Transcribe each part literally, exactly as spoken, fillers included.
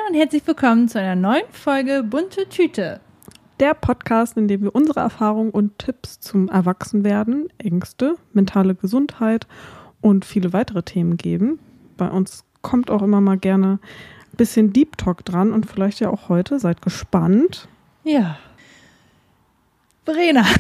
Hallo und herzlich willkommen zu einer neuen Folge Bunte Tüte. Der Podcast, in dem wir unsere Erfahrungen und Tipps zum Erwachsenwerden, Ängste, mentale Gesundheit und viele weitere Themen geben. Bei uns kommt auch immer mal gerne ein bisschen Deep Talk dran und vielleicht ja auch heute. Seid gespannt. Ja. Verena.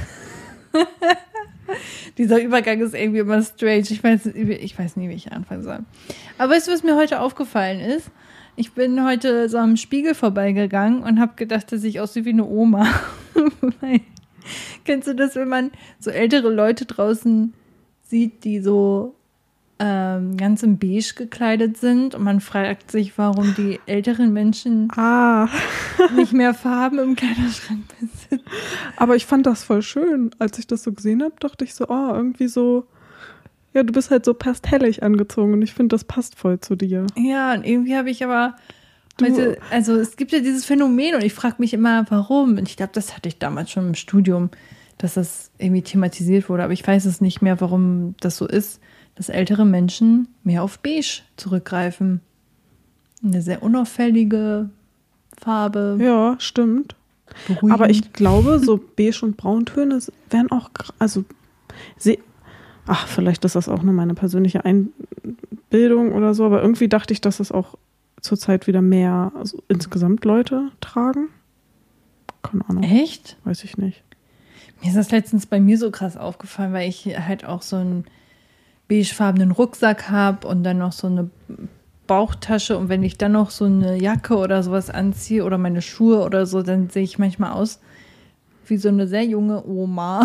Dieser Übergang ist irgendwie immer strange. Ich weiß, ich weiß nie, wie ich anfangen soll. Aber weißt du, was mir heute aufgefallen ist? Ich bin heute so am Spiegel vorbeigegangen und habe gedacht, dass ich aussehe wie eine Oma. Kennst du das, wenn man so ältere Leute draußen sieht, die so ähm, ganz in beige gekleidet sind und man fragt sich, warum die älteren Menschen ah. nicht mehr Farben im Kleiderschrank besitzen. Aber ich fand das voll schön. Als ich das so gesehen habe, dachte ich so, oh, irgendwie so, ja, du bist halt so pastellig angezogen und ich finde, das passt voll zu dir. Ja, und irgendwie habe ich aber heute, also es gibt ja dieses Phänomen und ich frage mich immer, warum. Und ich glaube, das hatte ich damals schon im Studium, dass das irgendwie thematisiert wurde. Aber ich weiß es nicht mehr, warum das so ist, dass ältere Menschen mehr auf beige zurückgreifen. Eine sehr unauffällige Farbe. Ja, stimmt. Beruhigend. Aber ich glaube, so beige und Brauntöne wären auch, also, sie, ach, vielleicht ist das auch nur meine persönliche Einbildung oder so, aber irgendwie dachte ich, dass es auch zurzeit wieder mehr also insgesamt Leute tragen. Keine Ahnung. Echt? Weiß ich nicht. Mir ist das letztens bei mir so krass aufgefallen, weil ich halt auch so einen beigefarbenen Rucksack habe und dann noch so eine Bauchtasche und wenn ich dann noch so eine Jacke oder sowas anziehe oder meine Schuhe oder so, dann sehe ich manchmal aus wie so eine sehr junge Oma.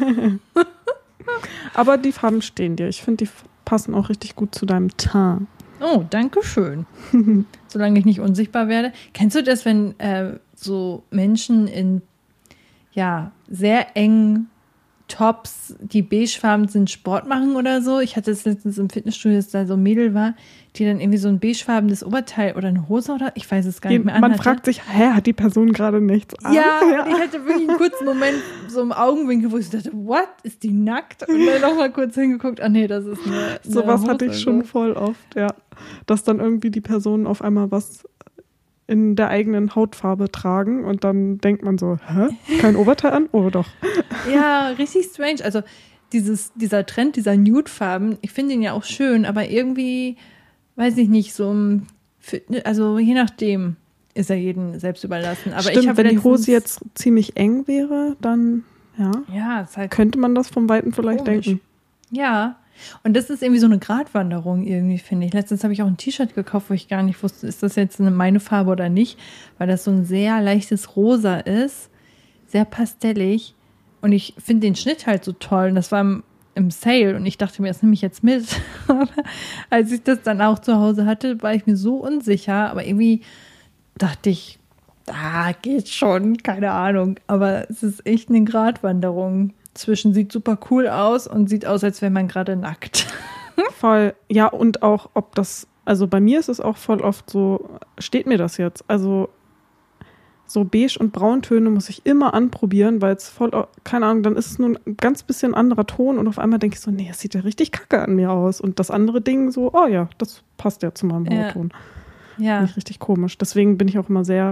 Aber die Farben stehen dir. Ich finde, die passen auch richtig gut zu deinem Teint. Oh, danke schön. Solange ich nicht unsichtbar werde. Kennst du das, wenn äh, so Menschen in ja sehr engen Tops, die beigefarben sind, Sport machen oder so? Ich hatte es letztens im Fitnessstudio, dass da so ein Mädel war, die dann irgendwie so ein beigefarbenes Oberteil oder eine Hose oder ich weiß es gar nicht mehr Man anhatte. fragt sich, hä, hat die Person gerade nichts an? Ja, ja, und ich hatte wirklich einen kurzen Moment so im Augenwinkel, wo ich dachte, what, ist die nackt? Und dann nochmal kurz hingeguckt, ah nee, das ist eine, eine Sowas Hose hatte ich schon so. voll oft, ja. Dass dann irgendwie die Personen auf einmal was in der eigenen Hautfarbe tragen und dann denkt man so, hä, kein Oberteil an? Oh, doch. Ja, richtig strange. Also dieses, dieser Trend dieser Nude-Farben, ich finde ihn ja auch schön, aber irgendwie, weiß ich nicht, so ein Fitness, also je nachdem ist er jedem selbst überlassen. Aber Stimmt, ich wenn letztens, die Hose jetzt ziemlich eng wäre, dann ja, ja, ist halt könnte man das vom Weiten vielleicht komisch. denken. Ja, und das ist irgendwie so eine Gratwanderung irgendwie, finde ich. Letztens habe ich auch ein T-Shirt gekauft, wo ich gar nicht wusste, ist das jetzt eine, meine Farbe oder nicht, weil das so ein sehr leichtes Rosa ist, sehr pastellig und ich finde den Schnitt halt so toll und das war im, im Sale und ich dachte mir, das nehme ich jetzt mit. Aber als ich das dann auch zu Hause hatte, war ich mir so unsicher, aber irgendwie dachte ich, da geht schon, keine Ahnung, aber es ist echt eine Gratwanderung. Zwischen sieht super cool aus und sieht aus, als wäre man gerade nackt. Voll, ja, und auch, ob das, also bei mir ist es auch voll oft so, steht mir das jetzt? Also so beige und Brauntöne muss ich immer anprobieren, weil es voll, keine Ahnung, dann ist es nur ein ganz bisschen anderer Ton und auf einmal denke ich so, nee, es sieht ja richtig kacke an mir aus. Und das andere Ding so, oh ja, das passt ja zu meinem Hautton. Ja. Ja. Finde ich richtig komisch. Deswegen bin ich auch immer sehr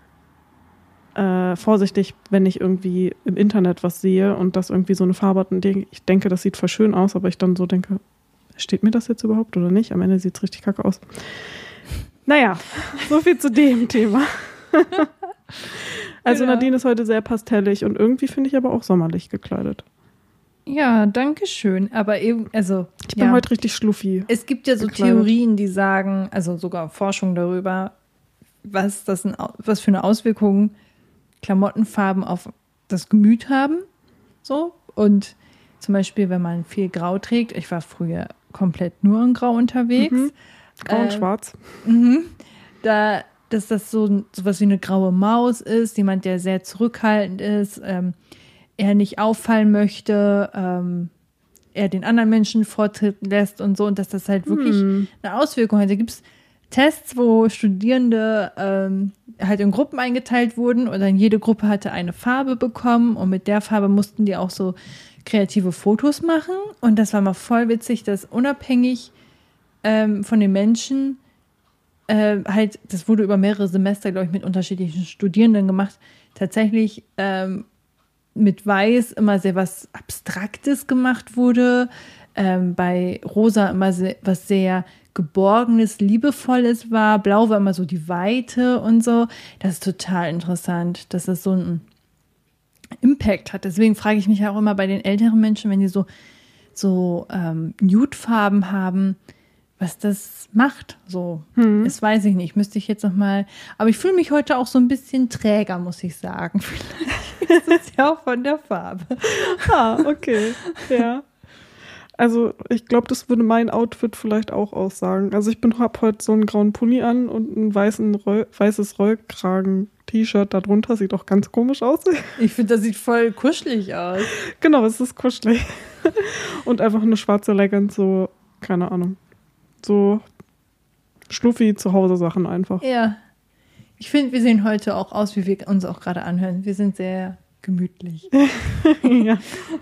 Äh, vorsichtig, wenn ich irgendwie im Internet was sehe und das irgendwie so eine Farbe hat und ich denke, das sieht voll schön aus, aber ich dann so denke, steht mir das jetzt überhaupt oder nicht? Am Ende sieht es richtig kacke aus. Naja, so viel zu dem Thema. Also ja. Nadine ist heute sehr pastellig und irgendwie finde ich aber auch sommerlich gekleidet. Ja, danke schön. Aber eben, also Ich bin ja. heute richtig schluffi. Es gibt ja so gekleidet. Theorien, die sagen, also sogar Forschung darüber, was das ein, was für eine Auswirkung Klamottenfarben auf das Gemüt haben. So. Und zum Beispiel, wenn man viel Grau trägt, ich war früher komplett nur in Grau unterwegs. Mhm. Grau äh, und schwarz. Mhm. Da, dass das so sowas wie eine graue Maus ist, jemand, der sehr zurückhaltend ist, ähm, er nicht auffallen möchte, ähm, er den anderen Menschen Vortritt lässt und so, und dass das halt wirklich hm. eine Auswirkung hat. Da gibt es Tests, wo Studierende ähm, halt in Gruppen eingeteilt wurden und dann jede Gruppe hatte eine Farbe bekommen und mit der Farbe mussten die auch so kreative Fotos machen und das war mal voll witzig, dass unabhängig ähm, von den Menschen äh, halt, das wurde über mehrere Semester, glaube ich, mit unterschiedlichen Studierenden gemacht, tatsächlich ähm, mit Weiß immer sehr was Abstraktes gemacht wurde, ähm, bei Rosa immer sehr, was sehr Geborgenes, Liebevolles war, Blau war immer so die Weite und so. Das ist total interessant, dass das so einen Impact hat. Deswegen frage ich mich auch immer bei den älteren Menschen, wenn die so, so ähm, Nude-Farben haben, was das macht. So, hm. Das weiß ich nicht. Müsste ich jetzt noch mal. Aber ich fühle mich heute auch so ein bisschen träger, muss ich sagen. Vielleicht ist es ja auch von der Farbe. Ah, okay. Ja. Also ich glaube, das würde mein Outfit vielleicht auch aussagen. Also ich habe heute so einen grauen Pulli an und ein weißen Roll, weißes Rollkragen-T-Shirt darunter. Sieht auch ganz komisch aus. Ich finde, das sieht voll kuschelig aus. Genau, es ist kuschelig. Und einfach eine schwarze Leggings, so, keine Ahnung. So schluffi Zuhause-Sachen einfach. Ja. Ich finde, wir sehen heute auch aus, wie wir uns auch gerade anhören. Wir sind sehr gemütlich. Ja.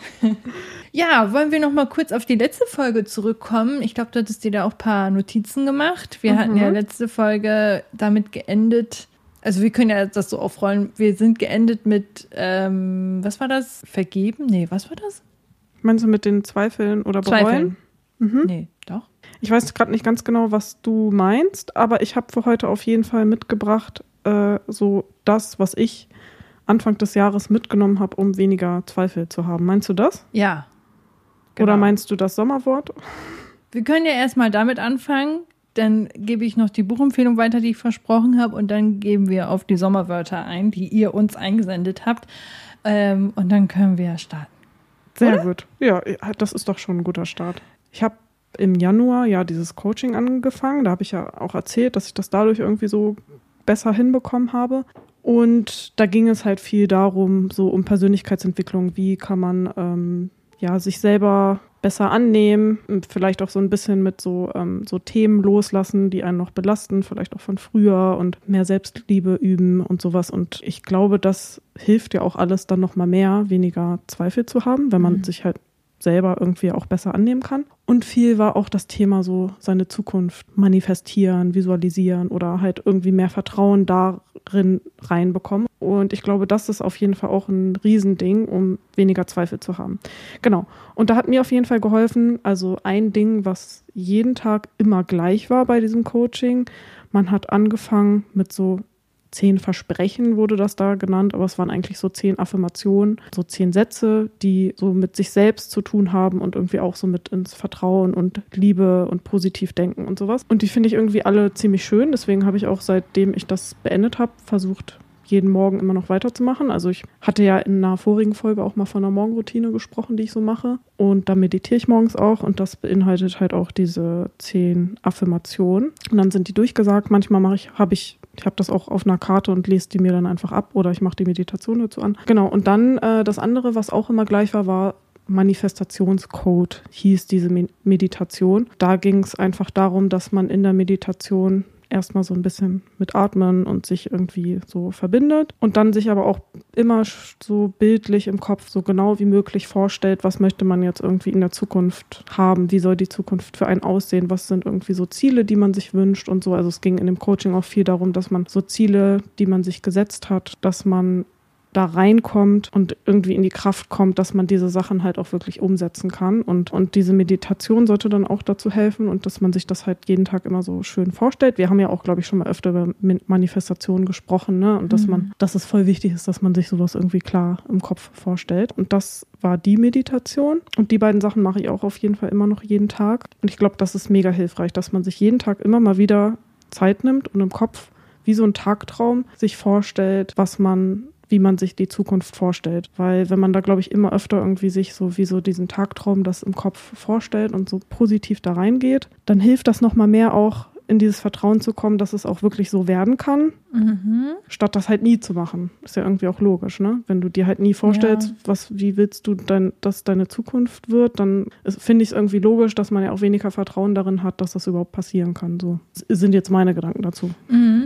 Ja, wollen wir noch mal kurz auf die letzte Folge zurückkommen? Ich glaube, du hattest dir da auch ein paar Notizen gemacht. Wir mhm. hatten ja letzte Folge damit geendet, also wir können ja das so aufrollen, wir sind geendet mit, ähm, was war das? Vergeben? Nee, was war das? Meinst du mit den Zweifeln oder Bereuen? Zweifeln. Mhm. Nee, doch. Ich weiß gerade nicht ganz genau, was du meinst, aber ich habe für heute auf jeden Fall mitgebracht, äh, so das, was ich Anfang des Jahres mitgenommen habe, um weniger Zweifel zu haben. Meinst du das? Ja. Genau. Oder meinst du das Sommerwort? Wir können ja erstmal damit anfangen, dann gebe ich noch die Buchempfehlung weiter, die ich versprochen habe, und dann geben wir auf die Sommerwörter ein, die ihr uns eingesendet habt, ähm, und dann können wir starten. Sehr Oder? gut. Ja, das ist doch schon ein guter Start. Ich habe im Januar ja dieses Coaching angefangen. Da habe ich ja auch erzählt, dass ich das dadurch irgendwie so besser hinbekommen habe. Und da ging es halt viel darum, so um Persönlichkeitsentwicklung. Wie kann man ähm, ja, sich selber besser annehmen, vielleicht auch so ein bisschen mit so, ähm, so Themen loslassen, die einen noch belasten, vielleicht auch von früher, und mehr Selbstliebe üben und sowas. Und ich glaube, das hilft ja auch alles dann noch mal mehr, weniger Zweifel zu haben, wenn man mhm. sich halt selber irgendwie auch besser annehmen kann. Und viel war auch das Thema so seine Zukunft manifestieren, visualisieren oder halt irgendwie mehr Vertrauen darin reinbekommen. Und ich glaube, das ist auf jeden Fall auch ein Riesending, um weniger Zweifel zu haben. Genau. Und da hat mir auf jeden Fall geholfen, also ein Ding, was jeden Tag immer gleich war bei diesem Coaching. Man hat angefangen mit so zehn Versprechen, wurde das da genannt, aber es waren eigentlich so zehn Affirmationen, so zehn Sätze, die so mit sich selbst zu tun haben und irgendwie auch so mit ins Vertrauen und Liebe und positiv denken und sowas. Und die finde ich irgendwie alle ziemlich schön, deswegen habe ich auch, seitdem ich das beendet habe, versucht, jeden Morgen immer noch weiterzumachen. Also ich hatte ja in einer vorigen Folge auch mal von einer Morgenroutine gesprochen, die ich so mache. Und da meditiere ich morgens auch, und das beinhaltet halt auch diese zehn Affirmationen. Und dann sind die durchgesagt. Manchmal mache ich, habe ich, ich habe das auch auf einer Karte und lese die mir dann einfach ab, oder ich mache die Meditation dazu an. Genau. Und dann äh, das andere, was auch immer gleich war, war Manifestationscode, hieß diese Me- Meditation. Da ging es einfach darum, dass man in der Meditation erstmal so ein bisschen mit Atmen und sich irgendwie so verbindet und dann sich aber auch immer so bildlich im Kopf so genau wie möglich vorstellt, was möchte man jetzt irgendwie in der Zukunft haben, wie soll die Zukunft für einen aussehen, was sind irgendwie so Ziele, die man sich wünscht und so. Also es ging in dem Coaching auch viel darum, dass man so Ziele, die man sich gesetzt hat, dass man da reinkommt und irgendwie in die Kraft kommt, dass man diese Sachen halt auch wirklich umsetzen kann. Und, und diese Meditation sollte dann auch dazu helfen, und dass man sich das halt jeden Tag immer so schön vorstellt. Wir haben ja auch, glaube ich, schon mal öfter über Manifestation gesprochen, ne? Und dass man, dass es voll wichtig ist, dass man sich sowas irgendwie klar im Kopf vorstellt. Und das war die Meditation. Und die beiden Sachen mache ich auch auf jeden Fall immer noch jeden Tag. Und ich glaube, das ist mega hilfreich, dass man sich jeden Tag immer mal wieder Zeit nimmt und im Kopf wie so ein Tagtraum sich vorstellt, was man wie man sich die Zukunft vorstellt. Weil wenn man da, glaube ich, immer öfter irgendwie sich so wie so diesen Tagtraum das im Kopf vorstellt und so positiv da reingeht, dann hilft das nochmal mehr auch, in dieses Vertrauen zu kommen, dass es auch wirklich so werden kann, mhm. statt das halt nie zu machen. Ist ja irgendwie auch logisch, ne? Wenn du dir halt nie vorstellst, ja. was, wie willst du, dein, dass deine Zukunft wird, dann finde ich es irgendwie logisch, dass man ja auch weniger Vertrauen darin hat, dass das überhaupt passieren kann. So das sind jetzt meine Gedanken dazu. Mhm.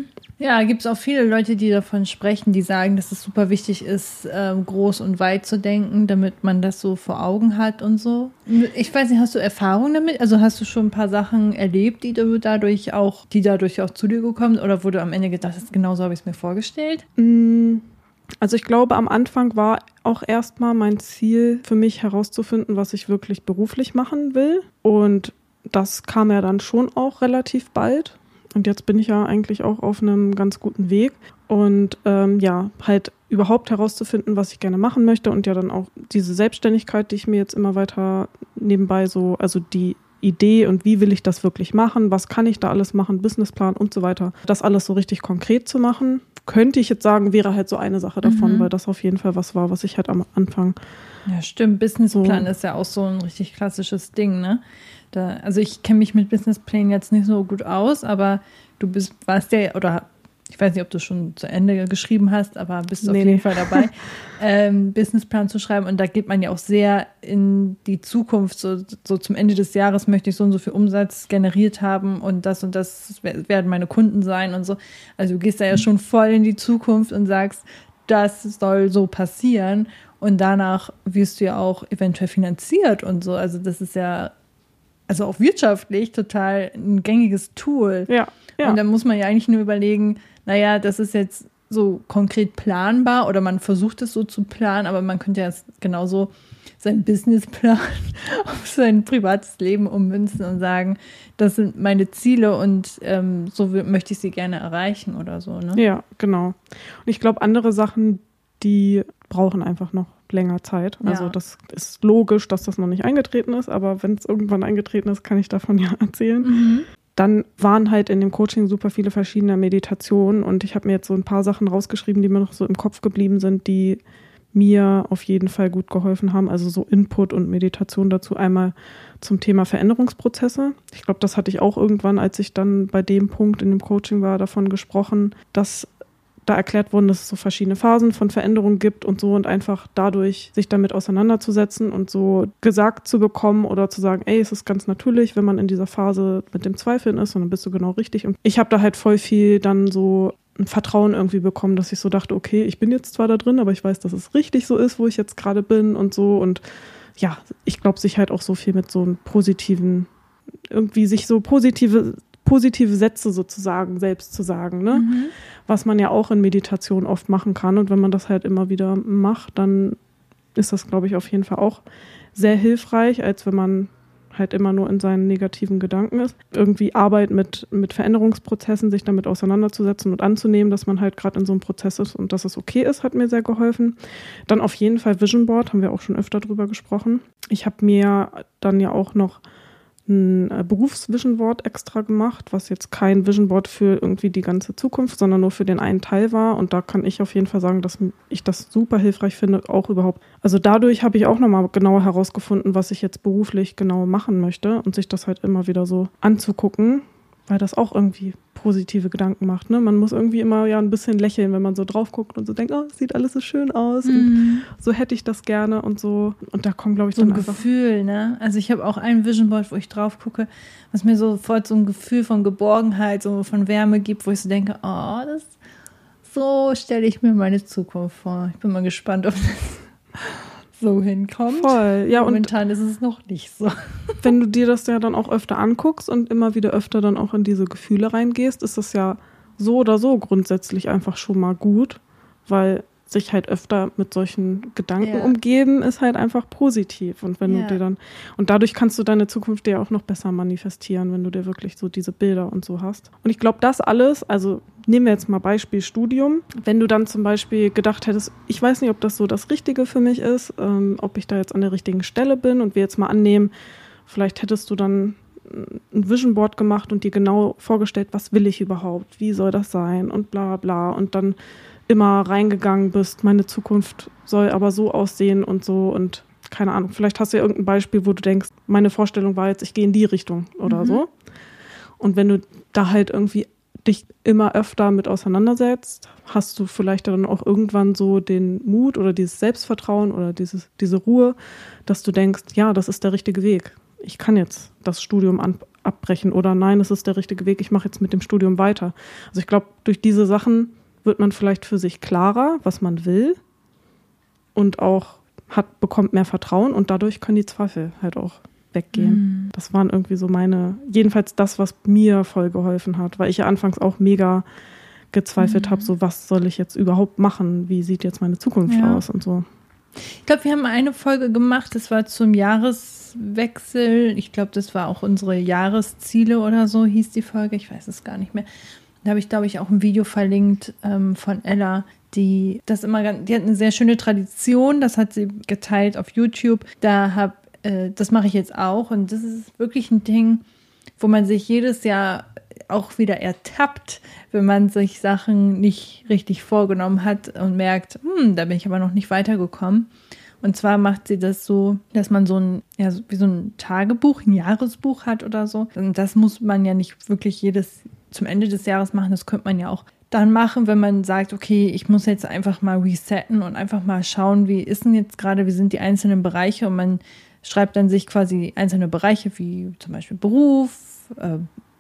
Ja, gibt es auch viele Leute, die davon sprechen, die sagen, dass es super wichtig ist, ähm, groß und weit zu denken, damit man das so vor Augen hat und so. Ich weiß nicht, hast du Erfahrung damit? Also hast du schon ein paar Sachen erlebt, die du dadurch auch, die dadurch auch zu dir gekommen sind? Oder wo du am Ende gedacht hast, genau so habe ich es mir vorgestellt? Also ich glaube, am Anfang war auch erstmal mein Ziel für mich herauszufinden, was ich wirklich beruflich machen will. Und das kam ja dann schon auch relativ bald. Und jetzt bin ich ja eigentlich auch auf einem ganz guten Weg. Und ähm, ja, halt überhaupt herauszufinden, was ich gerne machen möchte. Und ja dann auch diese Selbstständigkeit, die ich mir jetzt immer weiter nebenbei so, also die Idee und wie will ich das wirklich machen, was kann ich da alles machen, Businessplan und so weiter. Das alles so richtig konkret zu machen, könnte ich jetzt sagen, wäre halt so eine Sache davon, mhm. weil das auf jeden Fall was war, was ich halt am Anfang... Ja, stimmt. Businessplan so. Ist ja auch so ein richtig klassisches Ding, ne? Da, also ich kenne mich mit Businessplänen jetzt nicht so gut aus, aber du bist, warst ja, oder ich weiß nicht, ob du schon zu Ende geschrieben hast, aber bist nee, auf jeden nee. Fall dabei, ähm, Businessplan zu schreiben. Und da geht man ja auch sehr in die Zukunft. So, so zum Ende des Jahres möchte ich so und so viel Umsatz generiert haben und das und das werden meine Kunden sein und so. Also du gehst da ja schon voll in die Zukunft und sagst, das soll so passieren. Und danach wirst du ja auch eventuell finanziert und so. Also das ist ja also auch wirtschaftlich total ein gängiges Tool. Ja, ja. Und dann muss man ja eigentlich nur überlegen, naja, das ist jetzt so konkret planbar oder man versucht es so zu planen, aber man könnte ja genauso seinen Businessplan auf sein privates Leben ummünzen und sagen, das sind meine Ziele und ähm, so möchte ich sie gerne erreichen oder so. Ne? Ja, genau. Und ich glaube, andere Sachen, die brauchen einfach noch länger Zeit. Also ja. Das ist logisch, dass das noch nicht eingetreten ist, aber wenn es irgendwann eingetreten ist, kann ich davon ja erzählen. Mhm. Dann waren halt in dem Coaching super viele verschiedene Meditationen und ich habe mir jetzt so ein paar Sachen rausgeschrieben, die mir noch so im Kopf geblieben sind, die mir auf jeden Fall gut geholfen haben. Also so Input und Meditation dazu. Einmal zum Thema Veränderungsprozesse. Ich glaube, das hatte ich auch irgendwann, als ich dann bei dem Punkt in dem Coaching war, davon gesprochen, dass da erklärt worden, dass es so verschiedene Phasen von Veränderungen gibt und so und einfach dadurch sich damit auseinanderzusetzen und so gesagt zu bekommen oder zu sagen, ey, es ist ganz natürlich, wenn man in dieser Phase mit dem Zweifeln ist und dann bist du genau richtig. Und ich habe da halt voll viel dann so ein Vertrauen irgendwie bekommen, dass ich so dachte, okay, ich bin jetzt zwar da drin, aber ich weiß, dass es richtig so ist, wo ich jetzt gerade bin und so. Und ja, ich glaube, sich halt auch so viel mit so einem positiven, irgendwie sich so positive positive Sätze sozusagen selbst zu sagen, ne? Mhm. Was man ja auch in Meditation oft machen kann. Und wenn man das halt immer wieder macht, dann ist das, glaube ich, auf jeden Fall auch sehr hilfreich, als wenn man halt immer nur in seinen negativen Gedanken ist. Irgendwie Arbeit mit, mit Veränderungsprozessen, sich damit auseinanderzusetzen und anzunehmen, dass man halt gerade in so einem Prozess ist und dass es okay ist, hat mir sehr geholfen. Dann auf jeden Fall Vision Board, haben wir auch schon öfter drüber gesprochen. Ich habe mir dann ja auch noch ein Berufs-Vision Board extra gemacht, was jetzt kein Vision Board für irgendwie die ganze Zukunft, sondern nur für den einen Teil war. Und da kann ich auf jeden Fall sagen, dass ich das super hilfreich finde, auch überhaupt. Also dadurch habe ich auch nochmal genauer herausgefunden, was ich jetzt beruflich genau machen möchte und sich das halt immer wieder so anzugucken, weil das auch irgendwie positive Gedanken macht. Ne? Man muss irgendwie immer ja ein bisschen lächeln, wenn man so drauf guckt und so denkt, oh, es sieht alles so schön aus mhm. und so hätte ich das gerne und so. Und da kommt, glaube ich, so dann ein einfach Gefühl, ne? Also ich habe auch ein Vision Board, wo ich drauf gucke, was mir sofort so ein Gefühl von Geborgenheit, so von Wärme gibt, wo ich so denke, oh, das so stelle ich mir meine Zukunft vor. Ich bin mal gespannt, ob das so hinkommt. Voll, ja. Momentan und ist es noch nicht so. Wenn du dir das ja dann auch öfter anguckst und immer wieder öfter dann auch in diese Gefühle reingehst, ist das ja so oder so grundsätzlich einfach schon mal gut, weil sich halt öfter mit solchen Gedanken ja. umgeben, ist halt einfach positiv. Und wenn ja. du dir dann, und dadurch kannst du deine Zukunft dir auch noch besser manifestieren, wenn du dir wirklich so diese Bilder und so hast. Und ich glaube, das alles, also nehmen wir jetzt mal Beispiel Studium, wenn du dann zum Beispiel gedacht hättest, ich weiß nicht, ob das so das Richtige für mich ist, ähm, ob ich da jetzt an der richtigen Stelle bin und wir jetzt mal annehmen, vielleicht hättest du dann ein Vision Board gemacht und dir genau vorgestellt, was will ich überhaupt, wie soll das sein und bla bla und dann immer reingegangen bist, meine Zukunft soll aber so aussehen und so und keine Ahnung, vielleicht hast du ja irgendein Beispiel, wo du denkst, meine Vorstellung war jetzt, ich gehe in die Richtung oder mhm. so. Und wenn du da halt irgendwie dich immer öfter mit auseinandersetzt, hast du vielleicht dann auch irgendwann so den Mut oder dieses Selbstvertrauen oder dieses, diese Ruhe, dass du denkst, ja, das ist der richtige Weg. Ich kann jetzt das Studium an, abbrechen oder nein, es ist der richtige Weg, ich mache jetzt mit dem Studium weiter. Also ich glaube, durch diese Sachen wird man vielleicht für sich klarer, was man will und auch hat, bekommt mehr Vertrauen und dadurch können die Zweifel halt auch weggehen. Mhm. Das waren irgendwie so meine, jedenfalls das, was mir voll geholfen hat, weil ich ja anfangs auch mega gezweifelt mhm. habe, so was soll ich jetzt überhaupt machen, wie sieht jetzt meine Zukunft ja. aus und so. Ich glaube, wir haben eine Folge gemacht, das war zum Jahreswechsel, ich glaube, das war auch unsere Jahresziele oder so, hieß die Folge, ich weiß es gar nicht mehr. Da habe ich, glaube ich, auch ein Video verlinkt ähm, von Ella, die das immer, die hat eine sehr schöne Tradition, das hat sie geteilt auf YouTube, da habe, äh, das mache ich jetzt auch und das ist wirklich ein Ding, wo man sich jedes Jahr auch wieder ertappt, wenn man sich Sachen nicht richtig vorgenommen hat und merkt, hm, da bin ich aber noch nicht weitergekommen. Und zwar macht sie das so, dass man so ein, ja, wie so ein Tagebuch, ein Jahresbuch hat oder so. Und das muss man ja nicht wirklich jedes, zum Ende des Jahres machen. Das könnte man ja auch dann machen, wenn man sagt, okay, ich muss jetzt einfach mal resetten und einfach mal schauen, wie ist denn jetzt gerade, wie sind die einzelnen Bereiche und man schreibt dann sich quasi einzelne Bereiche wie zum Beispiel Beruf, äh,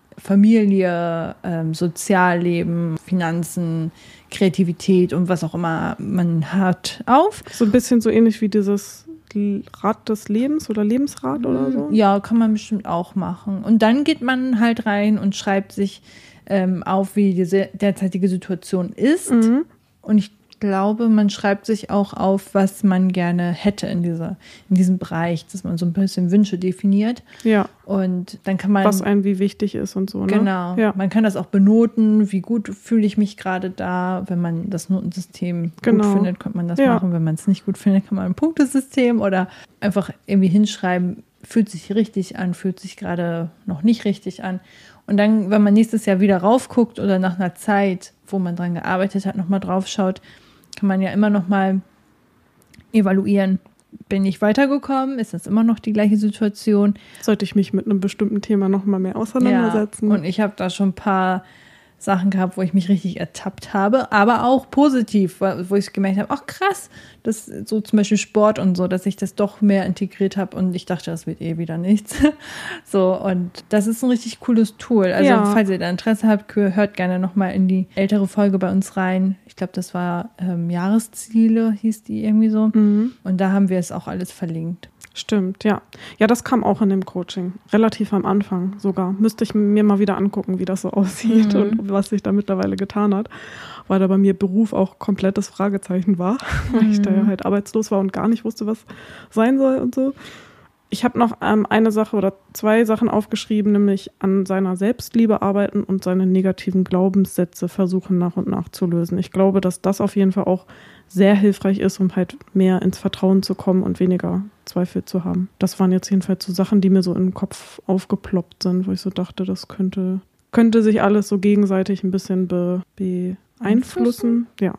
Familie, ähm, Sozialleben, Finanzen, Kreativität und was auch immer man hat auf. So ein bisschen so ähnlich wie dieses Rad des Lebens oder Lebensrad oder so? Ja, kann man bestimmt auch machen. Und dann geht man halt rein und schreibt sich ähm, auf, wie die derzeitige Situation ist. Mhm. Und ich glaube, man schreibt sich auch auf, was man gerne hätte in dieser, in diesem Bereich, dass man so ein bisschen Wünsche definiert. Ja. Und dann kann man. Was einem wie wichtig ist und so, ne? Genau. Ja. Man kann das auch benoten, wie gut fühle ich mich gerade da. Wenn man das Notensystem genau. gut findet, könnte man das ja. machen. Wenn man es nicht gut findet, kann man ein Punktesystem oder einfach irgendwie hinschreiben, fühlt sich richtig an, fühlt sich gerade noch nicht richtig an. Und dann, wenn man nächstes Jahr wieder raufguckt oder nach einer Zeit, wo man dran gearbeitet hat, nochmal drauf schaut, kann man ja immer noch mal evaluieren, bin ich weitergekommen, ist das immer noch die gleiche Situation? Sollte ich mich mit einem bestimmten Thema noch mal mehr auseinandersetzen? Ja, und ich habe da schon ein paar Sachen gehabt, wo ich mich richtig ertappt habe, aber auch positiv, wo ich gemerkt habe, ach krass, das so zum Beispiel Sport und so, dass ich das doch mehr integriert habe und ich dachte, das wird eh wieder nichts. So, und das ist ein richtig cooles Tool. Also ja. falls ihr da Interesse habt, hört gerne nochmal in die ältere Folge bei uns rein. Ich glaube, das war ähm, Jahresziele, hieß die irgendwie so. Mhm. Und da haben wir es auch alles verlinkt. Stimmt, ja. Ja, das kam auch in dem Coaching. Relativ am Anfang sogar. Müsste ich mir mal wieder angucken, wie das so aussieht mhm. und was sich da mittlerweile getan hat. Weil da bei mir Beruf auch komplettes Fragezeichen war. Mhm. Weil ich da ja halt arbeitslos war und gar nicht wusste, was sein soll und so. Ich habe noch ähm, eine Sache oder zwei Sachen aufgeschrieben, nämlich an seiner Selbstliebe arbeiten und seine negativen Glaubenssätze versuchen nach und nach zu lösen. Ich glaube, dass das auf jeden Fall auch sehr hilfreich ist, um halt mehr ins Vertrauen zu kommen und weniger Zweifel zu haben. Das waren jetzt jedenfalls so Sachen, die mir so im Kopf aufgeploppt sind, wo ich so dachte, das könnte, könnte sich alles so gegenseitig ein bisschen be, beeinflussen. Ja.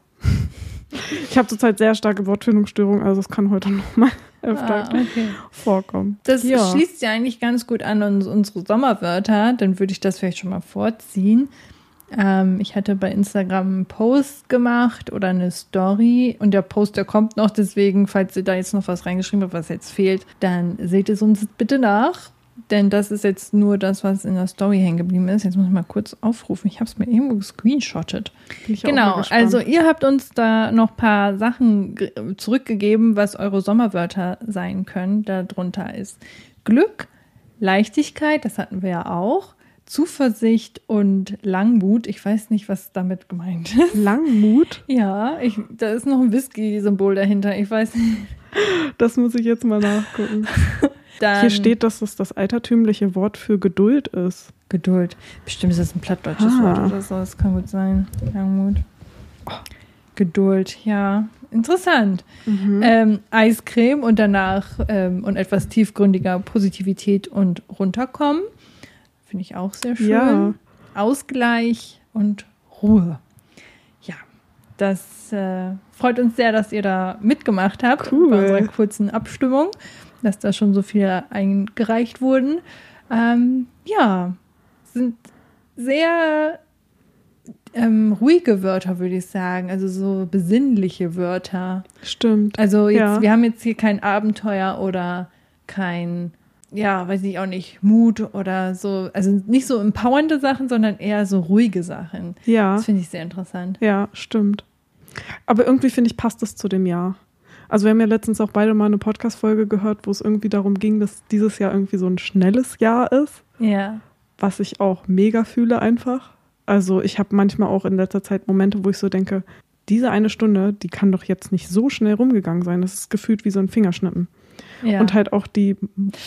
Ich habe zurzeit sehr starke Wortfindungsstörungen, also es kann heute noch mal öfter ah, okay. vorkommen. Das ja. schließt ja eigentlich ganz gut an uns, unsere Sommerwörter. Dann würde ich das vielleicht schon mal vorziehen. Ähm, ich hatte bei Instagram einen Post gemacht oder eine Story und der Post, der kommt noch. Deswegen, falls ihr da jetzt noch was reingeschrieben habt, was jetzt fehlt, dann seht es uns bitte nach. Denn das ist jetzt nur das, was in der Story hängen geblieben ist. Jetzt muss ich mal kurz aufrufen. Ich habe es mir irgendwo gescreenshottet. Genau, also ihr habt uns da noch ein paar Sachen ge- zurückgegeben, was eure Sommerwörter sein können. Darunter ist Glück, Leichtigkeit, das hatten wir ja auch, Zuversicht und Langmut. Ich weiß nicht, was damit gemeint ist. Langmut? Ja, ich, da ist noch ein Whisky-Symbol dahinter. Ich weiß nicht. Das muss ich jetzt mal nachgucken. Dann, hier steht, dass das das altertümliche Wort für Geduld ist. Geduld. Bestimmt ist das ein plattdeutsches ah. Wort oder so. Das kann gut sein. Langmut. Oh. Geduld, ja. Interessant. Mhm. Ähm, Eiscreme und danach ähm, und etwas tiefgründiger Positivität und runterkommen. Finde ich auch sehr schön. Ja. Ausgleich und Ruhe. Ja, das äh, freut uns sehr, dass ihr da mitgemacht habt cool. bei unserer kurzen Abstimmung, dass da schon so viele eingereicht wurden. Ähm, ja, sind sehr ähm, ruhige Wörter, würde ich sagen. Also so besinnliche Wörter. Stimmt. Also jetzt, ja. wir haben jetzt hier kein Abenteuer oder kein ja, weiß ich auch nicht, Mut oder so, also nicht so empowernde Sachen, sondern eher so ruhige Sachen. Ja. Das finde ich sehr interessant. Ja, stimmt. Aber irgendwie, finde ich, passt es zu dem Jahr. Also wir haben ja letztens auch beide mal eine Podcast-Folge gehört, wo es irgendwie darum ging, dass dieses Jahr irgendwie so ein schnelles Jahr ist. Ja. Was ich auch mega fühle einfach. Also ich habe manchmal auch in letzter Zeit Momente, wo ich so denke, diese eine Stunde, die kann doch jetzt nicht so schnell rumgegangen sein. Das ist gefühlt wie so ein Fingerschnippen. Ja. Und halt auch die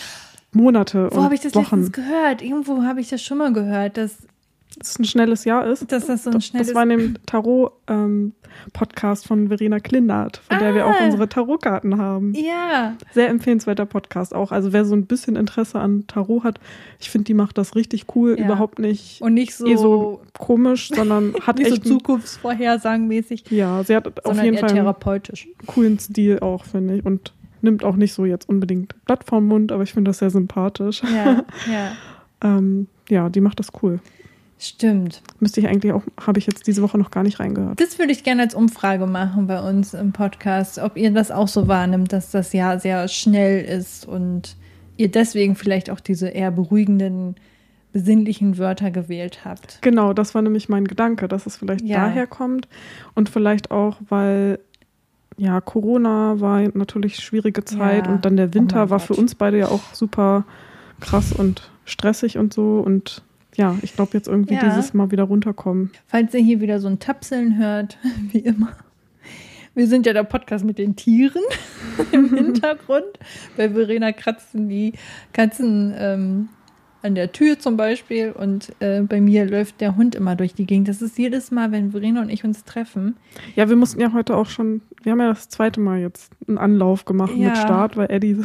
Monate und Wochen. Wo habe ich das letztens gehört? Irgendwo habe ich das schon mal gehört, dass dass es ein schnelles Jahr ist. Dass das so ein schnelles... Das war in dem Tarot-Podcast ähm, von Verena Klindert, von ah. der wir auch unsere Tarotkarten haben. Ja. Sehr empfehlenswerter Podcast auch. Also wer so ein bisschen Interesse an Tarot hat, ich finde, die macht das richtig cool. Ja. Überhaupt nicht, und nicht so, eh so komisch, sondern hat nicht echt so zukunftsvorhersagenmäßig. Ja, sie hat auf jeden Fall therapeutisch. einen coolen Stil auch, finde ich. Und nimmt auch nicht so jetzt unbedingt Blatt vom Mund, aber ich finde das sehr sympathisch. Ja, ja. ähm, ja, die macht das cool. Stimmt. Müsste ich eigentlich auch, habe ich jetzt diese Woche noch gar nicht reingehört. Das würde ich gerne als Umfrage machen bei uns im Podcast, ob ihr das auch so wahrnimmt, dass das Jahr sehr schnell ist und ihr deswegen vielleicht auch diese eher beruhigenden, besinnlichen Wörter gewählt habt. Genau, das war nämlich mein Gedanke, dass es vielleicht ja. daher kommt und vielleicht auch, weil ja, Corona war natürlich schwierige Zeit ja. und dann der Winter oh war Gott. Für uns beide ja auch super krass und stressig und so und ja, ich glaube jetzt irgendwie ja. dieses Mal wieder runterkommen. Falls ihr hier wieder so ein Tapseln hört, wie immer. Wir sind ja der Podcast mit den Tieren im Hintergrund. Bei Verena kratzen die Katzen ähm, an der Tür zum Beispiel und äh, bei mir läuft der Hund immer durch die Gegend. Das ist jedes Mal, wenn Verena und ich uns treffen. Ja, wir mussten ja heute auch schon, wir haben ja das zweite Mal jetzt einen Anlauf gemacht ja. mit Start, weil Eddie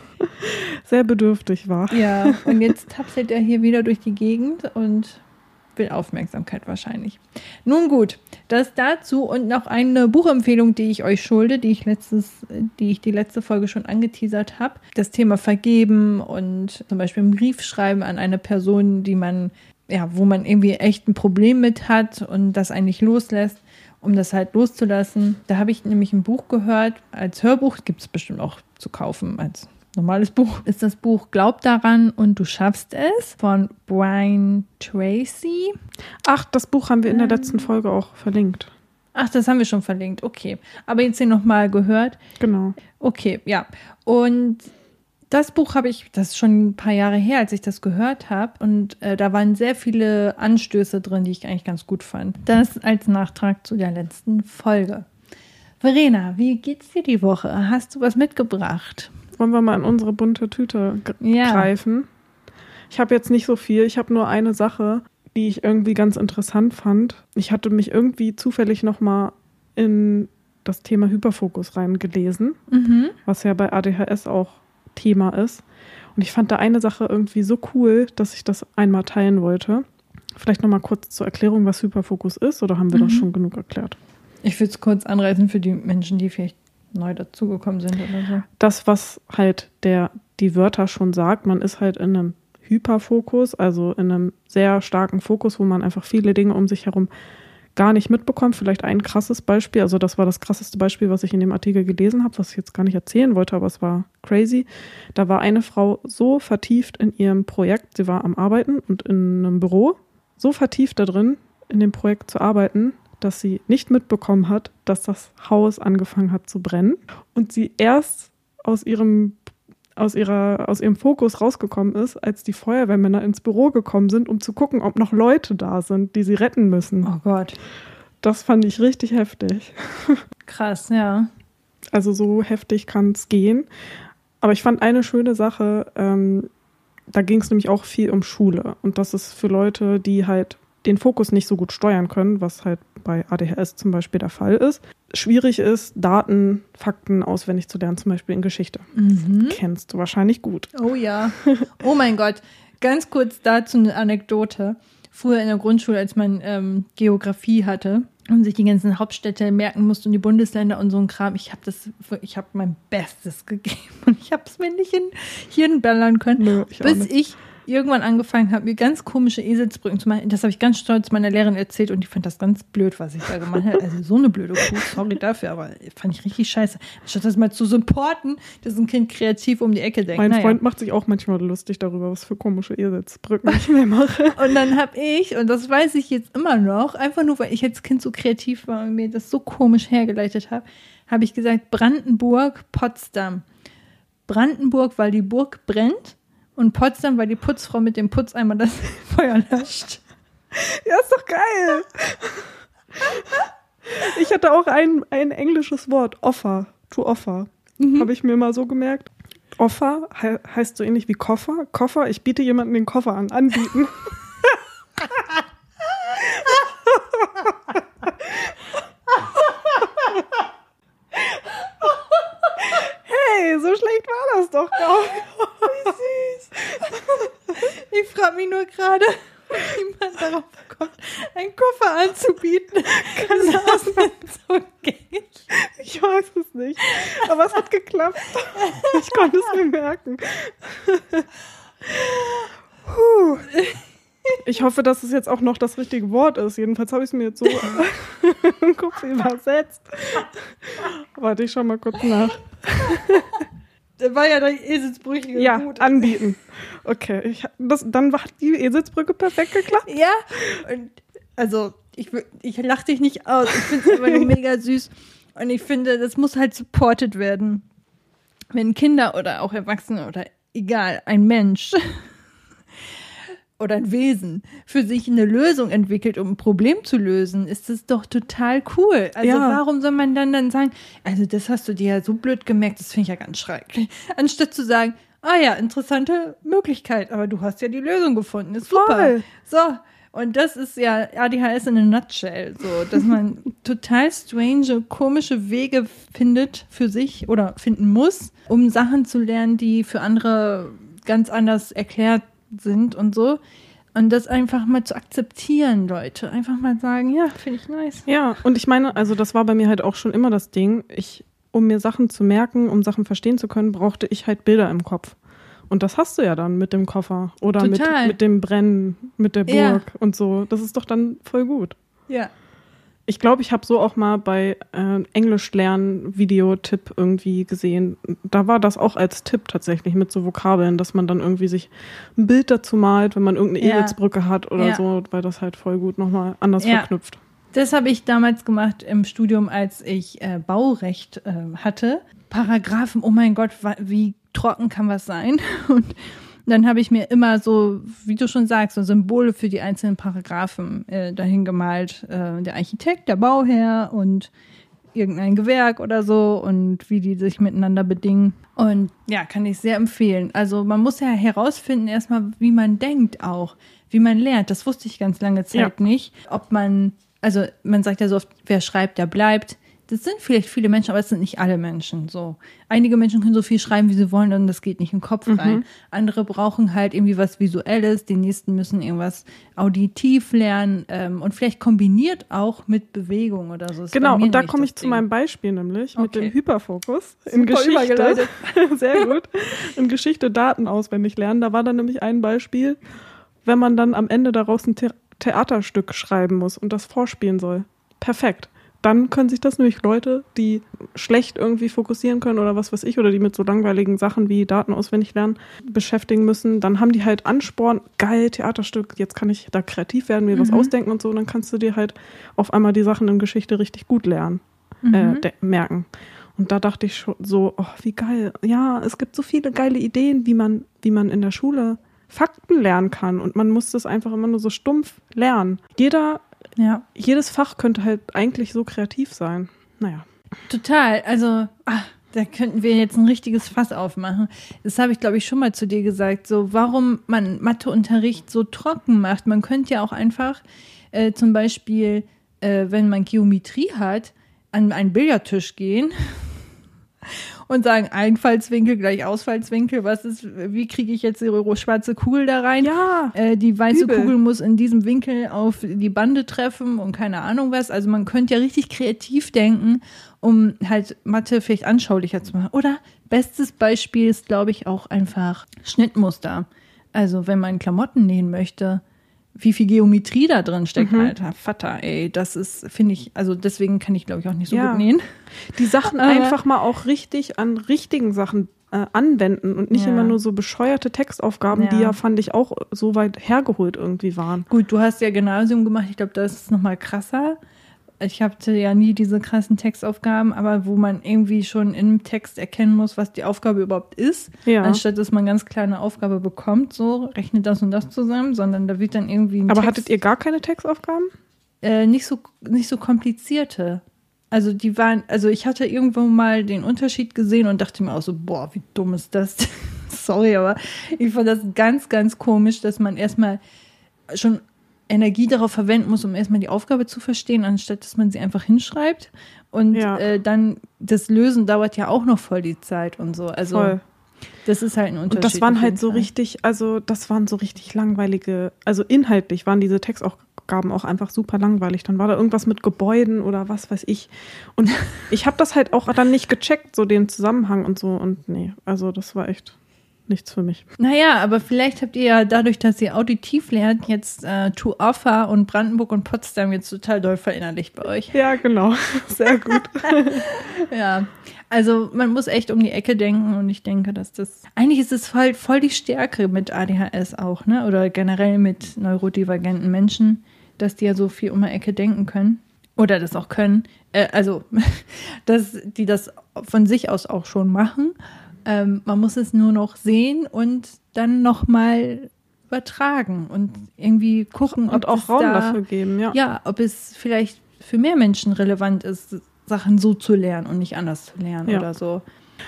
sehr bedürftig war. Ja, und jetzt tapselt er hier wieder durch die Gegend und will Aufmerksamkeit wahrscheinlich. Nun gut, das dazu und noch eine Buchempfehlung, die ich euch schulde, die ich letztes, die ich die letzte Folge schon angeteasert habe. Das Thema Vergeben und zum Beispiel einen Brief schreiben an eine Person, die man, ja, wo man irgendwie echt ein Problem mit hat und das eigentlich loslässt, um das halt loszulassen. Da habe ich nämlich ein Buch gehört, als Hörbuch, gibt es bestimmt auch zu kaufen als normales Buch, ist das Buch Glaub daran und du schaffst es von Brian Tracy. Ach, das Buch haben wir in der letzten Folge auch verlinkt. Ach, das haben wir schon verlinkt, okay. Aber jetzt hier nochmal gehört. Genau. Okay, ja. Und das Buch habe ich, das ist schon ein paar Jahre her, als ich das gehört habe. Und äh, da waren sehr viele Anstöße drin, die ich eigentlich ganz gut fand. Das als Nachtrag zu der letzten Folge. Verena, wie geht's dir die Woche? Hast du was mitgebracht? Wollen wir mal in unsere bunte Tüte g- ja. greifen? Ich habe jetzt nicht so viel. Ich habe nur eine Sache, die ich irgendwie ganz interessant fand. Ich hatte mich irgendwie zufällig nochmal in das Thema Hyperfokus reingelesen, mhm. was ja bei A D H S auch Thema ist. Und ich fand da eine Sache irgendwie so cool, dass ich das einmal teilen wollte. Vielleicht nochmal kurz zur Erklärung, was Hyperfokus ist, oder haben wir mhm. das schon genug erklärt? Ich würde es kurz anreißen für die Menschen, die vielleicht neu dazugekommen sind oder so. Das, was halt der, die Wörter schon sagt, man ist halt in einem Hyperfokus, also in einem sehr starken Fokus, wo man einfach viele Dinge um sich herum gar nicht mitbekommt. Vielleicht ein krasses Beispiel, also das war das krasseste Beispiel, was ich in dem Artikel gelesen habe, was ich jetzt gar nicht erzählen wollte, aber es war crazy. Da war eine Frau so vertieft in ihrem Projekt, sie war am Arbeiten und in einem Büro, so vertieft da drin, in dem Projekt zu arbeiten, dass sie nicht mitbekommen hat, dass das Haus angefangen hat zu brennen und sie erst aus ihrem, aus ihrer, aus ihrem Fokus rausgekommen ist, als die Feuerwehrmänner ins Büro gekommen sind, um zu gucken, ob noch Leute da sind, die sie retten müssen. Oh Gott. Das fand ich richtig heftig. Krass, ja. Also so heftig kann es gehen. Aber ich fand eine schöne Sache, ähm, da ging es nämlich auch viel um Schule. Und das ist für Leute, die halt den Fokus nicht so gut steuern können, was halt bei A D H S zum Beispiel der Fall ist. Schwierig ist, Daten, Fakten auswendig zu lernen, zum Beispiel in Geschichte. Mhm. Kennst du wahrscheinlich gut. Oh ja. Oh mein Gott. Ganz kurz dazu eine Anekdote. Früher in der Grundschule, als man ähm, Geografie hatte und sich die ganzen Hauptstädte merken musste und die Bundesländer und so ein Kram, ich habe das, ich habe mein Bestes gegeben und ich habe es mir nicht in Hirn ballern können, Nö, ich bis ich irgendwann angefangen habe, mir ganz komische Eselsbrücken zu machen. Das habe ich ganz stolz meiner Lehrerin erzählt und die fand das ganz blöd, was ich da gemacht habe. Also so eine blöde Kuh, sorry dafür, aber fand ich richtig scheiße. Statt das mal zu supporten, dass ein Kind kreativ um die Ecke denkt. Mein naja. Freund macht sich auch manchmal lustig darüber, was für komische Eselsbrücken ich mir mache. Und dann habe ich, und das weiß ich jetzt immer noch, einfach nur, weil ich als Kind so kreativ war und mir das so komisch hergeleitet habe, habe ich gesagt, Brandenburg, Potsdam. Brandenburg, weil die Burg brennt und Potsdam, weil die Putzfrau mit dem Putzeimer das Feuer löscht. Ja, ist doch geil. Ich hatte auch ein, ein englisches Wort, Offer, to offer, mhm. habe ich mir mal so gemerkt. Offer he- heißt so ähnlich wie Koffer. Koffer, ich biete jemandem den Koffer an, anbieten. Hey, so schlecht war das doch gar nicht. Wie süß. Ich frage mich nur gerade, wie man darauf kommt, einen Koffer anzubieten. Das ist so gängig. Ich weiß es nicht. Aber es hat geklappt. Ich konnte es mir merken. Puh. Ich hoffe, dass es jetzt auch noch das richtige Wort ist. Jedenfalls habe ich es mir jetzt so im Kopf übersetzt. Warte, ich schau mal kurz nach. Da war ja der Eselsbrüche ja, gut. Anbieten. Okay, ich, das, dann hat die Eselsbrücke perfekt geklappt. Ja, und also ich, ich lache dich nicht aus. Ich finde es immer nur mega süß. Und ich finde, das muss halt supported werden. Wenn Kinder oder auch Erwachsene oder egal, ein Mensch oder ein Wesen für sich eine Lösung entwickelt, um ein Problem zu lösen, ist das doch total cool. Also ja. Warum soll man dann dann sagen, also das hast du dir ja so blöd gemerkt, das finde ich ja ganz schrecklich. Anstatt zu sagen, ah ja, interessante Möglichkeit, aber du hast ja die Lösung gefunden, ist super. Voll. So, und das ist ja A D H S in a nutshell, so, dass man total strange, komische Wege findet für sich oder finden muss, um Sachen zu lernen, die für andere ganz anders erklärt sind und so. Und das einfach mal zu akzeptieren, Leute. Einfach mal sagen, ja, finde ich nice. Ja, und ich meine, also das war bei mir halt auch schon immer das Ding. Ich, um mir Sachen zu merken, um Sachen verstehen zu können, brauchte ich halt Bilder im Kopf. Und das hast du ja dann mit dem Koffer oder mit, mit dem Brennen, mit der Burg ja. und so. Das ist doch dann voll gut. Ja. Ich glaube, ich habe so auch mal bei äh, Englisch-Lernen-Videotipp irgendwie gesehen. Da war das auch als Tipp tatsächlich mit so Vokabeln, dass man dann irgendwie sich ein Bild dazu malt, wenn man irgendeine ja. Eselsbrücke hat oder ja. so, weil das halt voll gut nochmal anders ja. verknüpft. Das habe ich damals gemacht im Studium, als ich äh, Baurecht äh, hatte. Paragraphen, oh mein Gott, wie trocken kann was sein? Und dann habe ich mir immer so, wie du schon sagst, so Symbole für die einzelnen Paragraphen äh, dahin gemalt. Äh, der Architekt, der Bauherr und irgendein Gewerk oder so und wie die sich miteinander bedingen. Und ja, kann ich sehr empfehlen. Also man muss ja herausfinden erstmal, wie man denkt auch, wie man lernt. Das wusste ich ganz lange Zeit ja. nicht. Ob man, also man sagt ja so oft, wer schreibt, der bleibt. Das sind vielleicht viele Menschen, aber es sind nicht alle Menschen so. Einige Menschen können so viel schreiben, wie sie wollen, und das geht nicht in den Kopf mhm. rein. Andere brauchen halt irgendwie was Visuelles, die nächsten müssen irgendwas auditiv lernen ähm, und vielleicht kombiniert auch mit Bewegung oder so. Das genau, und da komme ich Ding. zu meinem Beispiel nämlich, okay. mit dem Hyperfokus in Super Geschichte. Sehr gut. In Geschichte Daten auswendig lernen. Da war dann nämlich ein Beispiel, wenn man dann am Ende daraus ein The- Theaterstück schreiben muss und das vorspielen soll. Perfekt. Dann können sich das nämlich Leute, die schlecht irgendwie fokussieren können oder was weiß ich, oder die mit so langweiligen Sachen wie Daten auswendig lernen beschäftigen müssen, dann haben die halt Ansporn, geil, Theaterstück, jetzt kann ich da kreativ werden, mir mhm. was ausdenken und so, und dann kannst du dir halt auf einmal die Sachen in Geschichte richtig gut lernen, mhm. äh, de- merken. Und da dachte ich schon so, oh, wie geil. Ja, es gibt so viele geile Ideen, wie man, wie man in der Schule Fakten lernen kann, und man muss das einfach immer nur so stumpf lernen. Jeder Ja. Jedes Fach könnte halt eigentlich so kreativ sein. Naja. Total. Also, ach, da könnten wir jetzt ein richtiges Fass aufmachen. Das habe ich, glaube ich, schon mal zu dir gesagt. So, warum man Matheunterricht so trocken macht. Man könnte ja auch einfach äh, zum Beispiel, äh, wenn man Geometrie hat, an einen Billardtisch gehen und sagen, Einfallswinkel gleich Ausfallswinkel, was ist, wie kriege ich jetzt die schwarze Kugel da rein? Ja, äh, die weiße übel. Kugel muss in diesem Winkel auf die Bande treffen und keine Ahnung was. Also man könnte ja richtig kreativ denken, um halt Mathe vielleicht anschaulicher zu machen. Oder bestes Beispiel ist, glaube ich, auch einfach Schnittmuster. Also wenn man Klamotten nähen möchte, wie viel Geometrie da drin steckt, Mhm. alter Vater, ey, das ist, finde ich, also deswegen kann ich, glaube ich, auch nicht so Ja. gut nähen. Die Sachen Aber- einfach mal auch richtig an richtigen Sachen äh, anwenden und nicht Ja. immer nur so bescheuerte Textaufgaben, Ja. die ja, fand ich, auch so weit hergeholt irgendwie waren. Gut, du hast ja Gymnasium gemacht, ich glaube, das ist nochmal krasser. Ich hatte ja nie diese krassen Textaufgaben, aber wo man irgendwie schon im Text erkennen muss, was die Aufgabe überhaupt ist, Ja. anstatt dass man ganz kleine Aufgabe bekommt, so rechnet das und das zusammen, sondern da wird dann irgendwie ein Aber Text, hattet ihr gar keine Textaufgaben? äh, nicht so nicht so komplizierte. Also die waren, also ich hatte irgendwo mal den Unterschied gesehen und dachte mir auch so, boah, wie dumm ist das denn? Sorry, aber ich fand das ganz, ganz komisch, dass man erstmal schon Energie darauf verwenden muss, um erstmal die Aufgabe zu verstehen, anstatt dass man sie einfach hinschreibt. Und Ja. äh, dann das Lösen dauert ja auch noch voll die Zeit und so. Also Voll. das ist halt ein Unterschied. Und das waren auf halt jeden so Fall. richtig, also das waren so richtig langweilige, also inhaltlich waren diese Textaufgaben auch einfach super langweilig. Dann war da irgendwas mit Gebäuden oder was weiß ich. Und ich habe das halt auch dann nicht gecheckt, so den Zusammenhang und so. Und nee, also das war echt nichts für mich. Naja, aber vielleicht habt ihr ja dadurch, dass ihr auditiv lernt, jetzt äh, To Offer und Brandenburg und Potsdam jetzt total doll verinnerlicht bei euch. Ja, genau. Sehr gut. Ja, also man muss echt um die Ecke denken und ich denke, dass das, eigentlich ist es voll, voll die Stärke mit A D H S auch, ne, oder generell mit neurodivergenten Menschen, dass die ja so viel um die Ecke denken können oder das auch können, äh, also, dass die das von sich aus auch schon machen. Ähm, man muss es nur noch sehen und dann nochmal übertragen und irgendwie gucken, Und ob auch es Raum da, dafür geben, ja. ja, ob es vielleicht für mehr Menschen relevant ist, Sachen so zu lernen und nicht anders zu lernen Ja. oder so.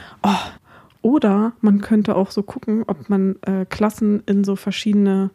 Oder man könnte auch so gucken, ob man äh, Klassen in so verschiedene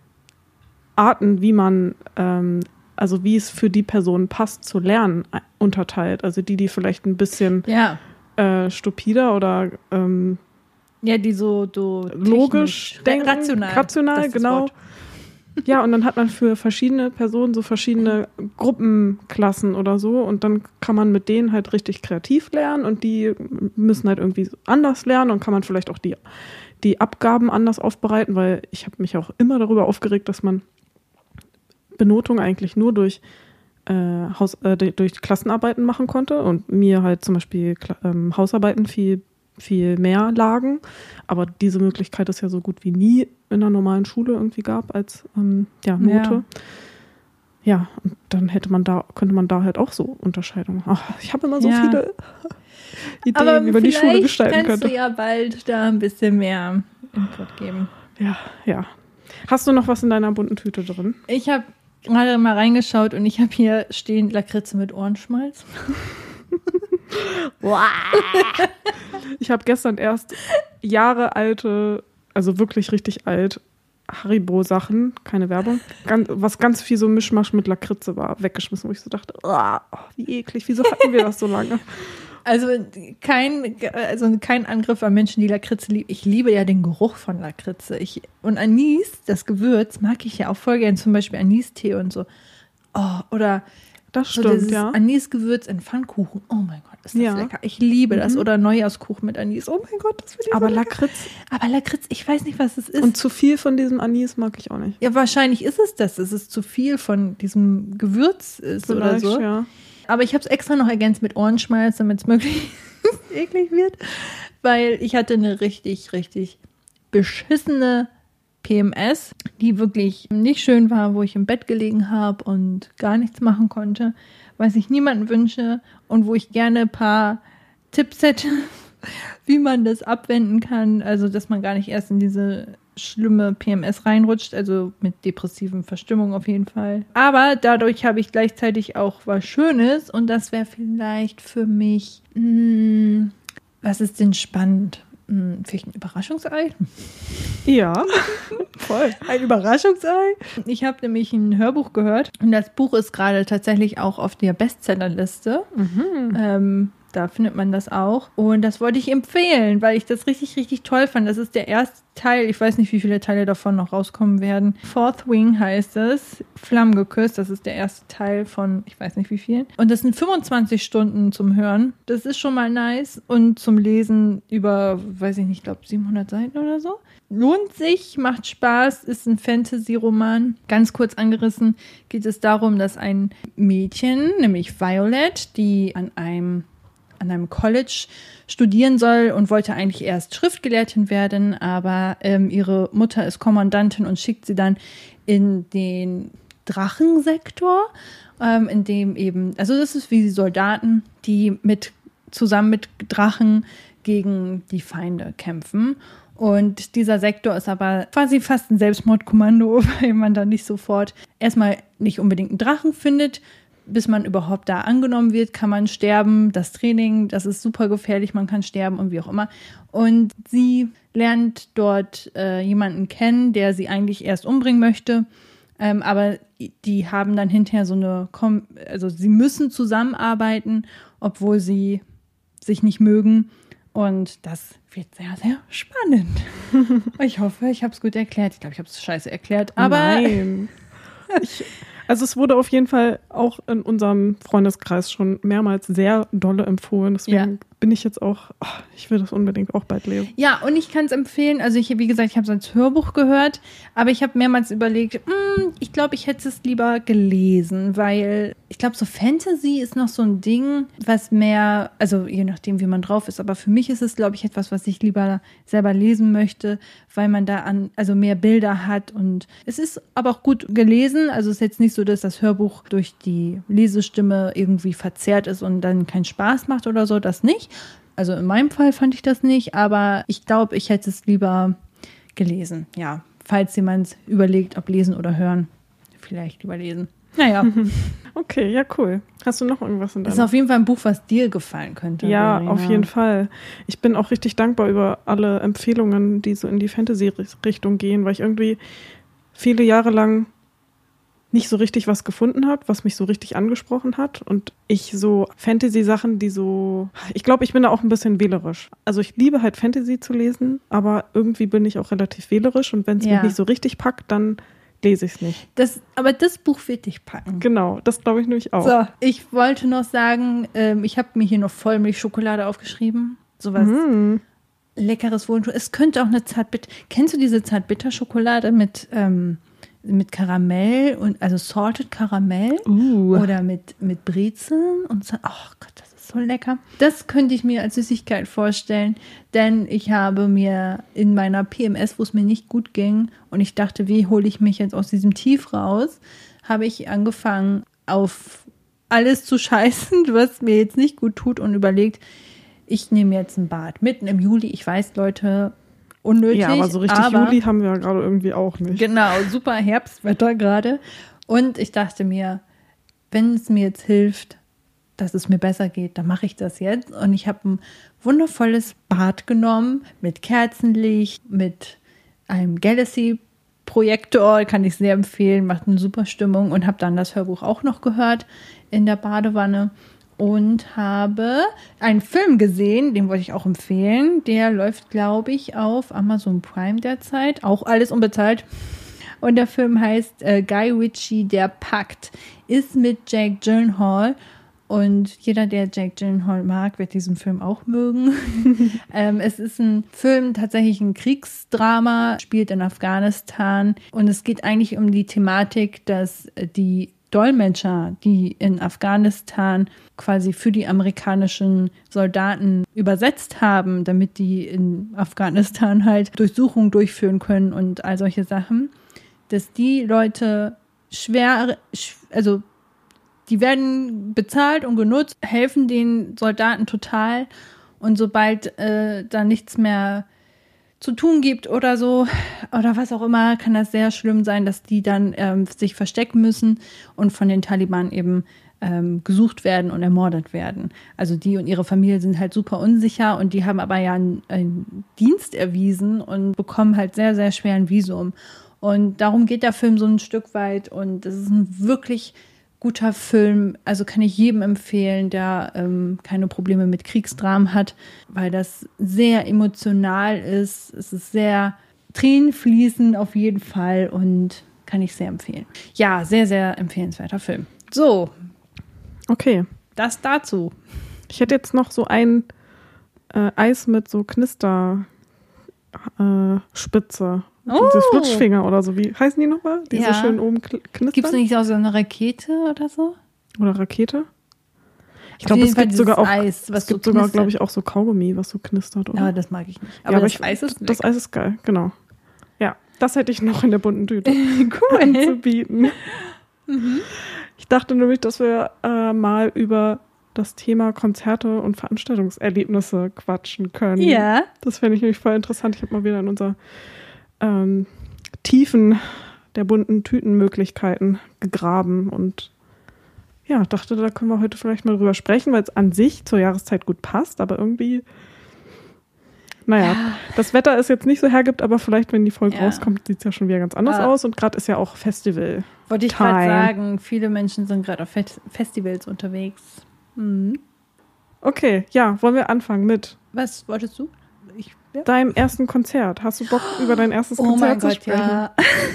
Arten, wie man, ähm, also wie es für die Person passt zu lernen, äh, unterteilt. Also die, die vielleicht ein bisschen Ja, äh, stupider oder ähm, ja, die so, so logisch technisch- denken, rational, rational, das ist das genau. Wort. Ja, und dann hat man für verschiedene Personen so verschiedene Gruppenklassen oder so und dann kann man mit denen halt richtig kreativ lernen und die müssen halt irgendwie anders lernen und kann man vielleicht auch die, die Abgaben anders aufbereiten, weil ich habe mich auch immer darüber aufgeregt, dass man Benotung eigentlich nur durch, äh, Haus, äh, durch Klassenarbeiten machen konnte und mir halt zum Beispiel Kla- ähm, Hausarbeiten viel viel mehr lagen, aber diese Möglichkeit ist ja so gut wie nie in der normalen Schule irgendwie gab als ähm, ja, Note. Ja. ja, und dann hätte man da, könnte man da halt auch so Unterscheidungen. Ach, ich habe immer so Ja. viele Ideen, Aber wie man die Schule vielleicht gestalten kannst könnte. du ja bald da ein bisschen mehr Input geben. Ja, ja. Hast du noch was in deiner bunten Tüte drin? Ich habe gerade mal reingeschaut und ich habe hier stehen Lakritze mit Ohrenschmalz. Ich habe gestern erst Jahre alte, also wirklich richtig alt, Haribo-Sachen, keine Werbung, ganz, was ganz viel so Mischmasch mit Lakritze war, weggeschmissen, wo ich so dachte, oh, wie eklig, wieso hatten wir das so lange? Also kein, also kein Angriff an Menschen, die Lakritze lieben. Ich liebe ja den Geruch von Lakritze. Ich, und Anis, das Gewürz, mag ich ja auch voll gern, zum Beispiel Anistee und so. Oh, oder Das so stimmt, dieses ja. Anisgewürz in Pfannkuchen. Oh mein Gott, ist das Ja. lecker. Ich liebe das. Mhm. Oder Neujahrskuchen mit Anis. Oh mein Gott, das finde ich Aber so lecker. Lakritz Aber Lakritz, ich weiß nicht, was es ist. und zu viel von diesem Anis mag ich auch nicht. ja, wahrscheinlich ist es das, dass es zu viel von diesem Gewürz ist oder Vielleicht, so. ja. Aber ich habe es extra noch ergänzt mit Ohrenschmalz, damit es möglichst eklig wird. Weil ich hatte eine richtig, richtig beschissene P M S, die wirklich nicht schön war, wo ich im Bett gelegen habe und gar nichts machen konnte, was ich niemandem wünsche und wo ich gerne ein paar Tipps hätte, wie man das abwenden kann, also dass man gar nicht erst in diese schlimme P M S reinrutscht, also mit depressiven Verstimmungen auf jeden Fall. Aber dadurch habe ich gleichzeitig auch was Schönes und das wäre vielleicht für mich, mh, was ist denn spannend? Hm, vielleicht ein Überraschungsei? Ja, voll. Ein Überraschungsei? Ich habe nämlich ein Hörbuch gehört und das Buch ist gerade tatsächlich auch auf der Bestsellerliste. Mhm. Ähm, Da findet man das auch. Und das wollte ich empfehlen, weil ich das richtig, richtig toll fand. Das ist der erste Teil. Ich weiß nicht, wie viele Teile davon noch rauskommen werden. Fourth Wing heißt es. Flammen geküsst. Das ist der erste Teil von, ich weiß nicht wie vielen. Und das sind fünfundzwanzig Stunden zum Hören. Das ist schon mal nice. Und zum Lesen über, weiß ich nicht, ich glaube siebenhundert Seiten oder so. Lohnt sich, macht Spaß, ist ein Fantasy-Roman. Ganz kurz angerissen geht es darum, dass ein Mädchen, nämlich Violet, die an einem an einem College studieren soll und wollte eigentlich erst Schriftgelehrtin werden, aber ähm, ihre Mutter ist Kommandantin und schickt sie dann in den Drachensektor, ähm, in dem eben, also das ist wie Soldaten, die mit zusammen mit Drachen gegen die Feinde kämpfen. Und dieser Sektor ist aber quasi fast ein Selbstmordkommando, weil man da nicht sofort erstmal nicht unbedingt einen Drachen findet. Bis man überhaupt da angenommen wird, kann man sterben. Das Training, das ist super gefährlich, man kann sterben und wie auch immer. Und sie lernt dort äh, jemanden kennen, der sie eigentlich erst umbringen möchte. Ähm, aber die haben dann hinterher so eine, Kom- also sie müssen zusammenarbeiten, obwohl sie sich nicht mögen. Und das wird sehr, sehr spannend. Ich hoffe, ich habe es gut erklärt. Ich glaube, ich habe es scheiße erklärt. Aber Nein. Ich, also es wurde auf jeden Fall auch in unserem Freundeskreis schon mehrmals sehr dolle empfohlen. Deswegen ja. bin ich jetzt auch, oh, ich will das unbedingt auch bald lesen. Ja, und ich kann es empfehlen. Also ich, wie gesagt, ich habe es als Hörbuch gehört, aber ich habe mehrmals überlegt, mh, ich glaube, ich hätte es lieber gelesen, weil ich glaube, so Fantasy ist noch so ein Ding, was mehr, also je nachdem, wie man drauf ist, aber für mich ist es, glaube ich, etwas, was ich lieber selber lesen möchte, weil man da an, also mehr Bilder hat und es ist aber auch gut gelesen. Also es ist jetzt nicht so, dass das Hörbuch durch die Lesestimme irgendwie verzerrt ist und dann keinen Spaß macht oder so, das nicht. Also in meinem Fall fand ich das nicht, aber ich glaube, ich hätte es lieber gelesen. Ja, falls jemand überlegt, ob lesen oder hören, vielleicht lieber lesen. Naja. Okay, ja, cool. Hast du noch irgendwas in deinem? Das ist auf jeden Fall ein Buch, was dir gefallen könnte. Ja, Verena. Auf jeden Fall. Ich bin auch richtig dankbar über alle Empfehlungen, die so in die Fantasy-Richtung gehen, weil ich irgendwie viele Jahre lang nicht so richtig was gefunden habe, was mich so richtig angesprochen hat. Und ich so Fantasy-Sachen, die so, ich glaube, ich bin da auch ein bisschen wählerisch. Also ich liebe halt Fantasy zu lesen, aber irgendwie bin ich auch relativ wählerisch und wenn es ja. mich nicht so richtig packt, dann lese ich es nicht. Das, aber das Buch wird dich packen. Genau, das glaube ich nämlich auch. So, ich wollte noch sagen, ähm, ich habe mir hier noch Vollmilchschokolade aufgeschrieben. Sowas mm. leckeres Wohltun. Es könnte auch eine Zartbitter. Kennst du diese Zartbitterschokolade mit ähm, mit Karamell und also Salted Karamell uh. oder mit mit Brezeln und so. Oh Gott, das ist so lecker. Das könnte ich mir als Süßigkeit vorstellen, denn ich habe mir in meiner P M S, wo es mir nicht gut ging und ich dachte, wie hole ich mich jetzt aus diesem Tief raus, habe ich angefangen auf alles zu scheißen, was mir jetzt nicht gut tut und überlegt, ich nehme jetzt ein Bad mitten im Juli. Ich weiß, Leute, unnötig. Ja, aber so richtig aber, Juli haben wir ja gerade irgendwie auch nicht. Genau, super Herbstwetter gerade. Und ich dachte mir, wenn es mir jetzt hilft, dass es mir besser geht, dann mache ich das jetzt. Und ich habe ein wundervolles Bad genommen mit Kerzenlicht, mit einem Galaxy-Projektor, kann ich sehr empfehlen, macht eine super Stimmung und habe dann das Hörbuch auch noch gehört in der Badewanne. Und habe einen Film gesehen, den wollte ich auch empfehlen. Der läuft, glaube ich, auf Amazon Prime derzeit. Auch alles unbezahlt. Und der Film heißt äh, Guy Ritchie, der Pakt. Ist mit Jake Gyllenhaal. Und jeder, der Jake Gyllenhaal mag, wird diesen Film auch mögen. ähm, es ist ein Film, tatsächlich ein Kriegsdrama, spielt in Afghanistan. Und es geht eigentlich um die Thematik, dass die Dolmetscher, die in Afghanistan quasi für die amerikanischen Soldaten übersetzt haben, damit die in Afghanistan halt Durchsuchungen durchführen können und all solche Sachen, dass die Leute schwer, also die werden bezahlt und genutzt, helfen den Soldaten total und sobald äh, da nichts mehr zu tun gibt oder so oder was auch immer, kann das sehr schlimm sein, dass die dann ähm, sich verstecken müssen und von den Taliban eben ähm, gesucht werden und ermordet werden. Also die und ihre Familie sind halt super unsicher und die haben aber ja einen, einen Dienst erwiesen und bekommen halt sehr, sehr schwer ein Visum. Und darum geht der Film so ein Stück weit und es ist ein wirklich guter Film, also kann ich jedem empfehlen, der ähm, keine Probleme mit Kriegsdramen hat, weil das sehr emotional ist. Es ist sehr tränenfließend auf jeden Fall und kann ich sehr empfehlen. Ja, sehr, sehr empfehlenswerter Film. So. Okay. Das dazu. Ich hätte jetzt noch so ein äh, Eis mit so Knisterspitze. Äh, Spitze. Oh. Diese Flutschfinger oder so. Wie heißen die nochmal? Die Ja. so schön oben knistern? Gibt es nicht auch so eine Rakete oder so? Oder Rakete? Ich Auf glaube, jeden es Fall gibt sogar auch, Eis, was es gibt so sogar, knistert. glaube ich, auch so Kaugummi, was so knistert, oder? Aber das mag ich nicht. Aber, ja, aber das ich, Eis ist das lecker. Eis ist geil, genau. Ja, das hätte ich noch in der bunten Tüte Cool. anzubieten. Mhm. Ich dachte nämlich, dass wir äh, mal über das Thema Konzerte und Veranstaltungserlebnisse quatschen können. Ja. Das fände ich nämlich voll interessant. Ich habe mal wieder in unser ähm, Tiefen der bunten Tütenmöglichkeiten gegraben und ja, dachte, da können wir heute vielleicht mal drüber sprechen, weil es an sich zur Jahreszeit gut passt, aber irgendwie, naja, Ja. das Wetter ist jetzt nicht so hergibt, aber vielleicht, wenn die Folge Ja. rauskommt, sieht es ja schon wieder ganz anders Ja. aus und gerade ist ja auch Festival. Wollte ich gerade Time. sagen, viele Menschen sind gerade auf Fe- Festivals unterwegs. Mhm. Okay, ja, wollen wir anfangen mit Was wolltest du? Ich, ja. deinem ersten Konzert. Hast du Bock, über dein erstes Oh Konzert mein zu Gott, sprechen? ja.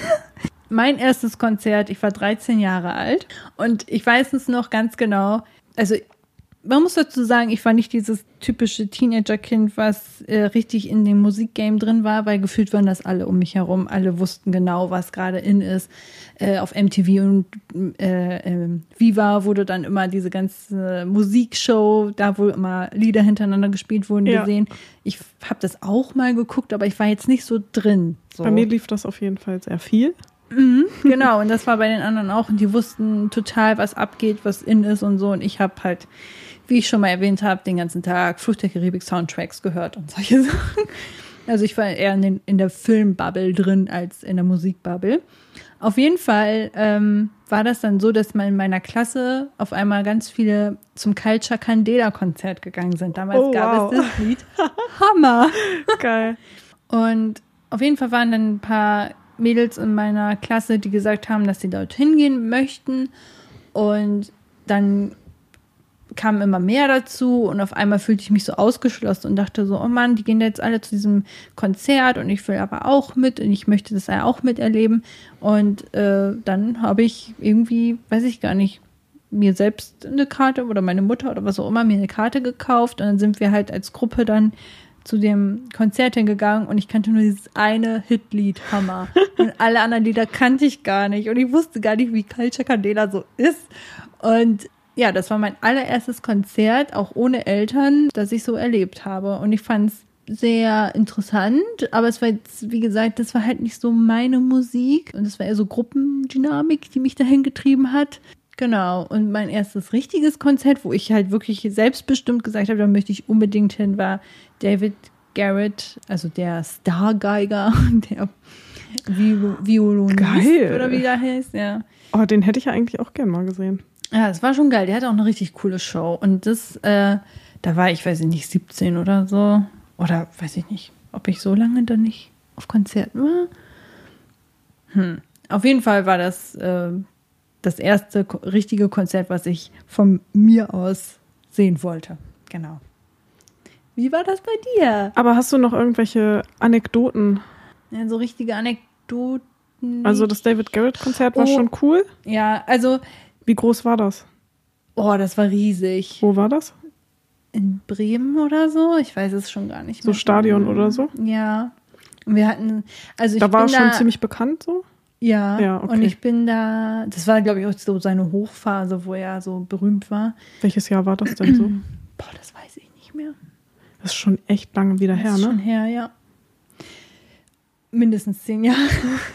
Mein erstes Konzert, ich war dreizehn Jahre alt und ich weiß es noch ganz genau. Also man muss dazu sagen, ich war nicht dieses typische Teenager-Kind, was äh, richtig in dem Musikgame drin war, weil gefühlt waren das alle um mich herum. Alle wussten genau, was gerade in ist. Äh, auf M T V und äh, äh, Viva wurde dann immer diese ganze Musikshow, da wo immer Lieder hintereinander gespielt wurden, Ja. gesehen. Ich habe das auch mal geguckt, aber ich war jetzt nicht so drin. So. Bei mir lief das auf jeden Fall sehr viel. Mhm, genau, und das war bei den anderen auch. Und die wussten total, was abgeht, was in ist und so. Und ich habe halt, wie ich schon mal erwähnt habe, den ganzen Tag Fluch der Karibik Soundtracks gehört und solche Sachen. Also ich war eher in, den, in der Filmbubble drin als in der Musikbubble. Auf jeden Fall ähm, war das dann so, dass man in meiner Klasse auf einmal ganz viele zum Culture Candela Konzert gegangen sind. Damals Oh, gab wow. es das Lied. Hammer! Geil. Und auf jeden Fall waren dann ein paar Mädels in meiner Klasse, die gesagt haben, dass sie dort hingehen möchten. Und dann kamen immer mehr dazu und auf einmal fühlte ich mich so ausgeschlossen und dachte so, oh Mann, die gehen jetzt alle zu diesem Konzert und ich will aber auch mit und ich möchte das ja auch miterleben. Und äh, dann habe ich irgendwie, weiß ich gar nicht, mir selbst eine Karte oder meine Mutter oder was auch immer mir eine Karte gekauft und dann sind wir halt als Gruppe dann zu dem Konzert hingegangen und ich kannte nur dieses eine Hitlied, Hammer. Und alle anderen Lieder kannte ich gar nicht und ich wusste gar nicht, wie Culture Candela so ist. Und ja, das war mein allererstes Konzert, auch ohne Eltern, das ich so erlebt habe. Und ich fand es sehr interessant, aber es war jetzt, wie gesagt, das war halt nicht so meine Musik und es war eher so Gruppendynamik, die mich dahin getrieben hat. Genau, und mein erstes richtiges Konzert, wo ich halt wirklich selbstbestimmt gesagt habe, da möchte ich unbedingt hin, war David Garrett, also der Stargeiger, der Vi- Violinist Geil. oder wie der heißt, ja. Oh, den hätte ich ja eigentlich auch gern mal gesehen. Ja, es war schon geil. Der hatte auch eine richtig coole Show. Und das, äh, da war ich, weiß ich nicht, siebzehn oder so. Oder weiß ich nicht, ob ich so lange dann nicht auf Konzerten war. Hm. Auf jeden Fall war das äh, das erste ko- richtige Konzert, was ich von mir aus sehen wollte. Genau. Wie war das bei dir? Aber hast du noch irgendwelche Anekdoten? Ja, so richtige Anekdoten. Also das David Garrett-Konzert war Oh. schon cool. Ja, also, Wie groß war das? oh, das war riesig. Wo war das? In Bremen oder so? Ich weiß es schon gar nicht So mehr. Stadion oder so? Ja. Und wir hatten, also ich Da war bin er schon da, ziemlich bekannt so? ja, Ja, okay. und ich bin da, das war glaube ich auch so seine Hochphase, wo er so berühmt war. Welches Jahr war das denn so? Boah, das weiß ich nicht mehr. Das ist schon echt lange wieder Das her, ist schon ne? her, ja. Mindestens zehn Jahre.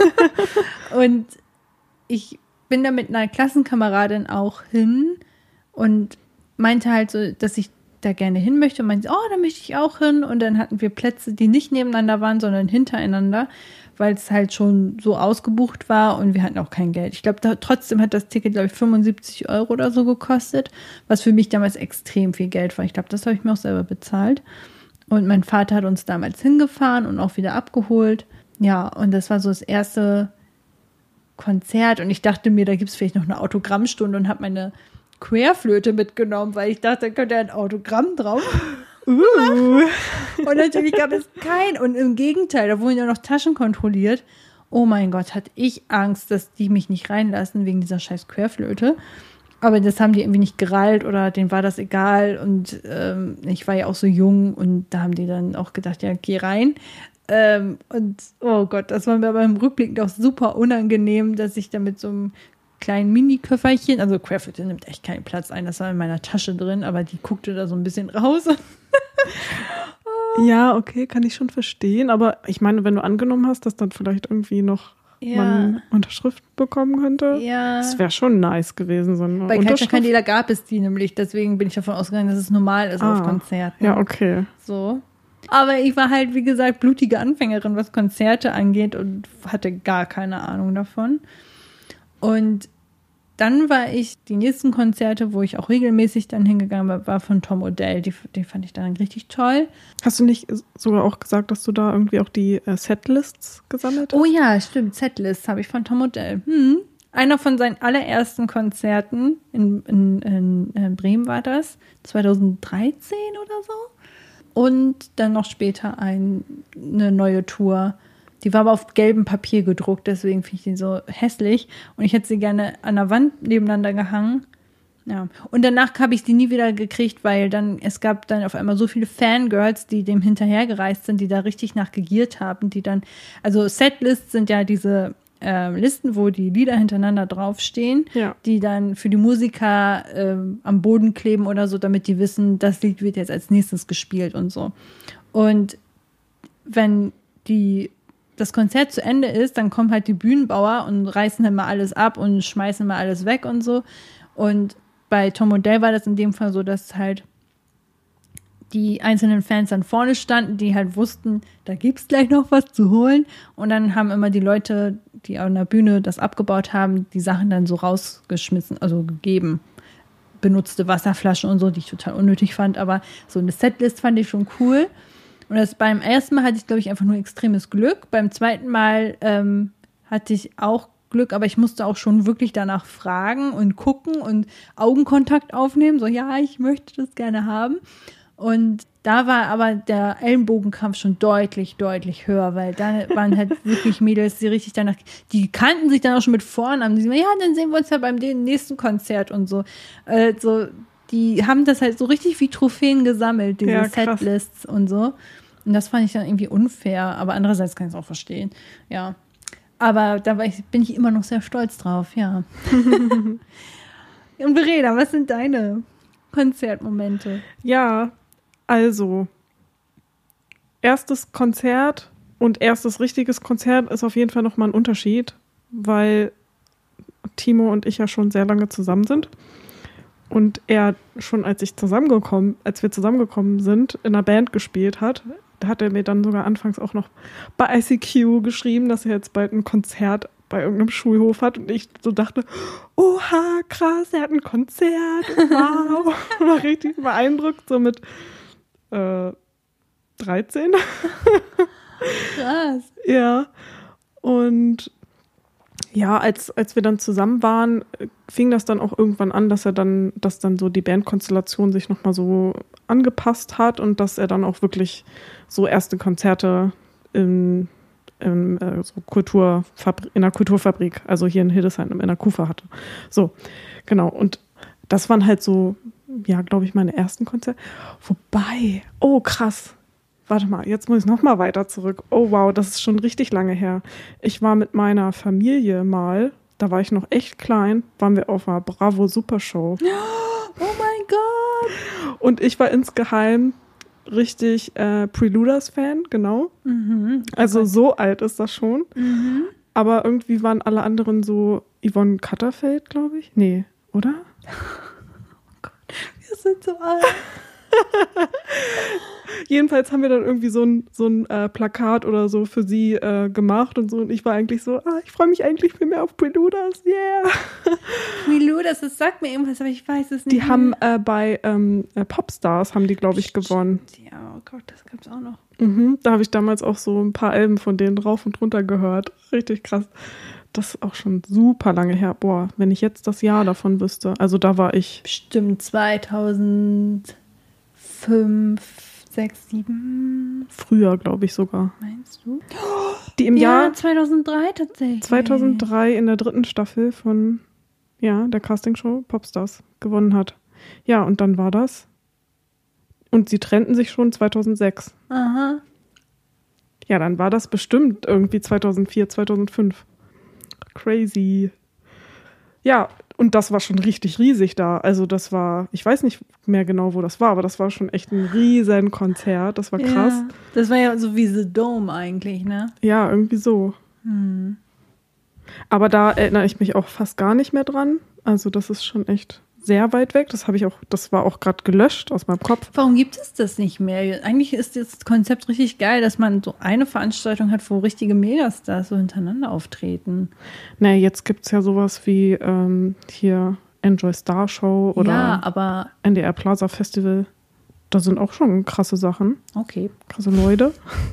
Und ich bin da mit einer Klassenkameradin auch hin und meinte halt so, dass ich da gerne hin möchte und meinte, oh, da möchte ich auch hin. Und dann hatten wir Plätze, die nicht nebeneinander waren, sondern hintereinander, weil es halt schon so ausgebucht war und wir hatten auch kein Geld. Ich glaube, da, trotzdem hat das Ticket, glaube ich, fünfundsiebzig Euro oder so gekostet, was für mich damals extrem viel Geld war. Ich glaube, das habe ich mir auch selber bezahlt. Und mein Vater hat uns damals hingefahren und auch wieder abgeholt. Ja, und das war so das erste Konzert und ich dachte mir, da gibt es vielleicht noch eine Autogrammstunde und habe meine Querflöte mitgenommen, weil ich dachte, da könnte ein Autogramm drauf. Uh. Und natürlich gab es kein, und im Gegenteil, da wurden ja noch Taschen kontrolliert. Oh mein Gott, hatte ich Angst, dass die mich nicht reinlassen wegen dieser scheiß Querflöte. Aber das haben die irgendwie nicht gerallt oder denen war das egal und ähm, ich war ja auch so jung und da haben die dann auch gedacht, ja, geh rein. Ähm, und oh Gott, das war mir beim Rückblick doch super unangenehm, dass ich da mit so einem kleinen Mini-Köfferchen, also Querflöte nimmt echt keinen Platz ein, das war in meiner Tasche drin, aber die guckte da so ein bisschen raus. Ja, okay, kann ich schon verstehen, aber ich meine, wenn du angenommen hast, dass dann vielleicht irgendwie noch ja. man Unterschrift bekommen könnte, ja. das wäre schon nice gewesen. So eine Bei Culture Candela gab es die nämlich, deswegen bin ich davon ausgegangen, dass es normal ist ah, auf Konzerten. Ja, okay. So. Aber ich war halt, wie gesagt, blutige Anfängerin, was Konzerte angeht und hatte gar keine Ahnung davon. Und dann war ich, die nächsten Konzerte, wo ich auch regelmäßig dann hingegangen war, war von Tom Odell. Die, die fand ich dann richtig toll. Hast du nicht sogar auch gesagt, dass du da irgendwie auch die äh, Setlists gesammelt hast? Oh ja, stimmt. Setlists habe ich von Tom Odell. Hm. Einer von seinen allerersten Konzerten in, in, in, in Bremen war das. zwanzig dreizehn oder so. Und dann noch später ein, eine neue Tour. Die war aber auf gelbem Papier gedruckt, deswegen finde ich die so hässlich. Und ich hätte sie gerne an der Wand nebeneinander gehangen. Ja. Und danach habe ich sie nie wieder gekriegt, weil dann es gab dann auf einmal so viele Fangirls, die dem hinterhergereist sind, die da richtig nachgegiert haben, die dann, also Setlists sind ja diese äh, Listen, wo die Lieder hintereinander draufstehen, ja. die dann für die Musiker äh, am Boden kleben oder so, damit die wissen, das Lied wird jetzt als nächstes gespielt und so. Und wenn die das Konzert zu Ende ist, dann kommen halt die Bühnenbauer und reißen dann mal alles ab und schmeißen mal alles weg und so. Und bei Tom Odell war das in dem Fall so, dass halt die einzelnen Fans dann vorne standen, die halt wussten, da gibt's gleich noch was zu holen. Und dann haben immer die Leute, die an der Bühne das abgebaut haben, die Sachen dann so rausgeschmissen, also gegeben. Benutzte Wasserflaschen und so, die ich total unnötig fand. Aber so eine Setlist fand ich schon cool. Und das beim ersten Mal hatte ich, glaube ich, einfach nur extremes Glück. Beim zweiten Mal ähm, hatte ich auch Glück, aber ich musste auch schon wirklich danach fragen und gucken und Augenkontakt aufnehmen. So, ja, ich möchte das gerne haben. Und da war aber der Ellenbogenkampf schon deutlich, deutlich höher, weil da waren halt wirklich Mädels, die richtig danach, die kannten sich dann auch schon mit Vornamen. Die sagen, ja, dann sehen wir uns ja beim nächsten Konzert und so. Also, die haben das halt so richtig wie Trophäen gesammelt, diese ja, Setlists und so. Und das fand ich dann irgendwie unfair, aber andererseits kann ich es auch verstehen. Ja. Aber da war ich, bin ich immer noch sehr stolz drauf, ja. Und Verena, was sind deine Konzertmomente? Ja, also erstes Konzert und erstes richtiges Konzert ist auf jeden Fall nochmal ein Unterschied, weil Timo und ich ja schon sehr lange zusammen sind. Und er schon, als ich zusammengekommen, als wir zusammengekommen sind, in einer Band gespielt hat, da hat er mir dann sogar anfangs auch noch bei I C Q geschrieben, dass er jetzt bald ein Konzert bei irgendeinem Schulhof hat. Und ich so dachte, oha, krass, er hat ein Konzert, wow. War richtig beeindruckt, so mit äh, dreizehn. Krass. Ja, und ja, als, als wir dann zusammen waren, fing das dann auch irgendwann an, dass er dann, dass dann so die Bandkonstellation sich nochmal so angepasst hat und dass er dann auch wirklich so erste Konzerte in, in, äh, so Kulturfabri- in der Kulturfabrik, also hier in Hildesheim in der Kufa hatte. So, genau. Und das waren halt so, ja, glaube ich, meine ersten Konzerte. Wobei, oh krass. Warte mal, jetzt muss ich noch mal weiter zurück. Oh wow, das ist schon richtig lange her. Ich war mit meiner Familie mal, da war ich noch echt klein, waren wir auf einer Bravo Supershow. Oh mein Gott! Und ich war insgeheim richtig äh, Preluders-Fan, genau. Mhm. Also so alt ist das schon. Mhm. Aber irgendwie waren alle anderen so Yvonne Katterfeld, glaube ich. Nee, oder? Oh Gott, wir sind so alt. Jedenfalls haben wir dann irgendwie so ein, so ein äh, Plakat oder so für sie äh, gemacht und so. Und ich war eigentlich so, ah, ich freue mich eigentlich viel mehr auf Preluders, yeah. Preluders, das sagt mir irgendwas, aber ich weiß es nicht. Die mehr. haben äh, bei ähm, äh, Popstars, haben die, glaube ich, gewonnen. Ja, oh Gott, das gab's auch noch. Mhm, da habe ich damals auch so ein paar Alben von denen drauf und runter gehört. Richtig krass. Das ist auch schon super lange her. Boah, wenn ich jetzt das Jahr davon wüsste. Also da war ich... Bestimmt zweitausendfünf, sechs, sieben. Früher, glaube ich sogar. Meinst du? Die im ja, Jahr zweitausenddrei tatsächlich. zweitausenddrei in der dritten Staffel von ja, der Castingshow Popstars gewonnen hat. Ja, und dann war das. Und sie trennten sich schon zweitausendsechs. Aha. Ja, dann war das bestimmt irgendwie zweitausendvier, zweitausendfünf. Crazy. Ja, und das war schon richtig riesig da. Also das war, ich weiß nicht mehr genau, wo das war, aber das war schon echt ein riesen Konzert. Das war krass. Ja, das war ja so wie The Dome eigentlich, ne? Ja, irgendwie so. Hm. Aber da erinnere ich mich auch fast gar nicht mehr dran. Also das ist schon echt sehr weit weg. Das habe ich auch, das war auch gerade gelöscht aus meinem Kopf. Warum gibt es das nicht mehr? Eigentlich ist das Konzept richtig geil, dass man so eine Veranstaltung hat, wo richtige Megastars so hintereinander auftreten. Naja, jetzt gibt es ja sowas wie ähm, hier Enjoy Star Show oder ja, aber N D R Plaza Festival. Da sind auch schon krasse Sachen. Okay. Krasse Leute.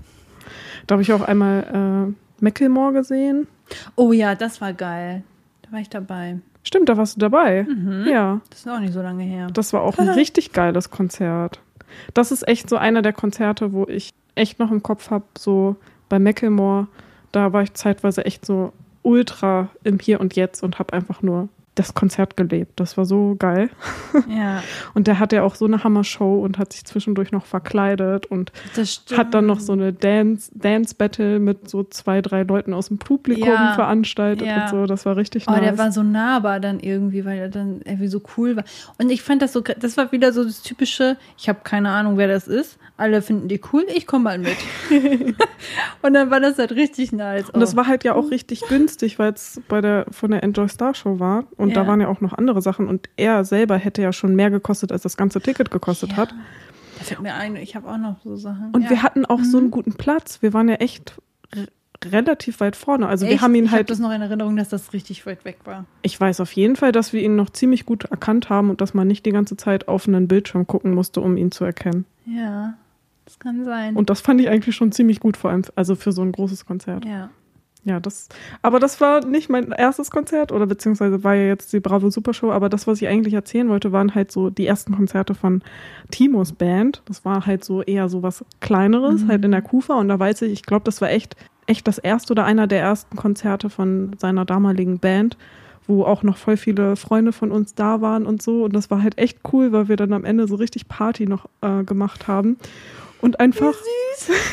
Da habe ich auch einmal äh, Macklemore gesehen. Oh ja, das war geil. Da war ich dabei. Stimmt, da warst du dabei. Mhm. Ja. Das ist auch nicht so lange her. Das war auch ein richtig geiles Konzert. Das ist echt so einer der Konzerte, wo ich echt noch im Kopf habe, so bei Macklemore, da war ich zeitweise echt so ultra im Hier und Jetzt und habe einfach nur das Konzert gelebt. Das war so geil. Ja. Und der hat ja auch so eine Hammer-Show und hat sich zwischendurch noch verkleidet und hat dann noch so eine Dance, Dance-Battle mit so zwei, drei Leuten aus dem Publikum ja. veranstaltet ja. und so. Das war richtig oh, nice. Der war so nahbar dann irgendwie, weil er dann irgendwie so cool war. Und ich fand das so, das war wieder so das typische, ich habe keine Ahnung, wer das ist. Alle finden die cool, ich komme mal mit. Und dann war das halt richtig nice. Und das war halt ja auch richtig günstig, weil es bei der, von der Enjoy Star Show war. Und ja. da waren ja auch noch andere Sachen. Und er selber hätte ja schon mehr gekostet, als das ganze Ticket gekostet ja. hat. Da fällt mir ein, ich habe auch noch so Sachen. Und ja. wir hatten auch mhm. so einen guten Platz. Wir waren ja echt r- relativ weit vorne. Also echt? wir haben ihn ich halt. Ich habe das noch in Erinnerung, dass das richtig weit weg war. Ich weiß auf jeden Fall, dass wir ihn noch ziemlich gut erkannt haben und dass man nicht die ganze Zeit auf einen Bildschirm gucken musste, um ihn zu erkennen. Ja, das kann sein. Und das fand ich eigentlich schon ziemlich gut, vor allem also für so ein großes Konzert. Ja. Ja, das, aber das war nicht mein erstes Konzert oder beziehungsweise war ja jetzt die Bravo Supershow, aber das, was ich eigentlich erzählen wollte, waren halt so die ersten Konzerte von Timos Band. Das war halt so eher so was Kleineres, mhm. halt in der Kufa und da weiß ich, ich glaube, das war echt, echt das erste oder einer der ersten Konzerte von seiner damaligen Band, wo auch noch voll viele Freunde von uns da waren und so und das war halt echt cool, weil wir dann am Ende so richtig Party noch äh, gemacht haben und einfach... Wie süß.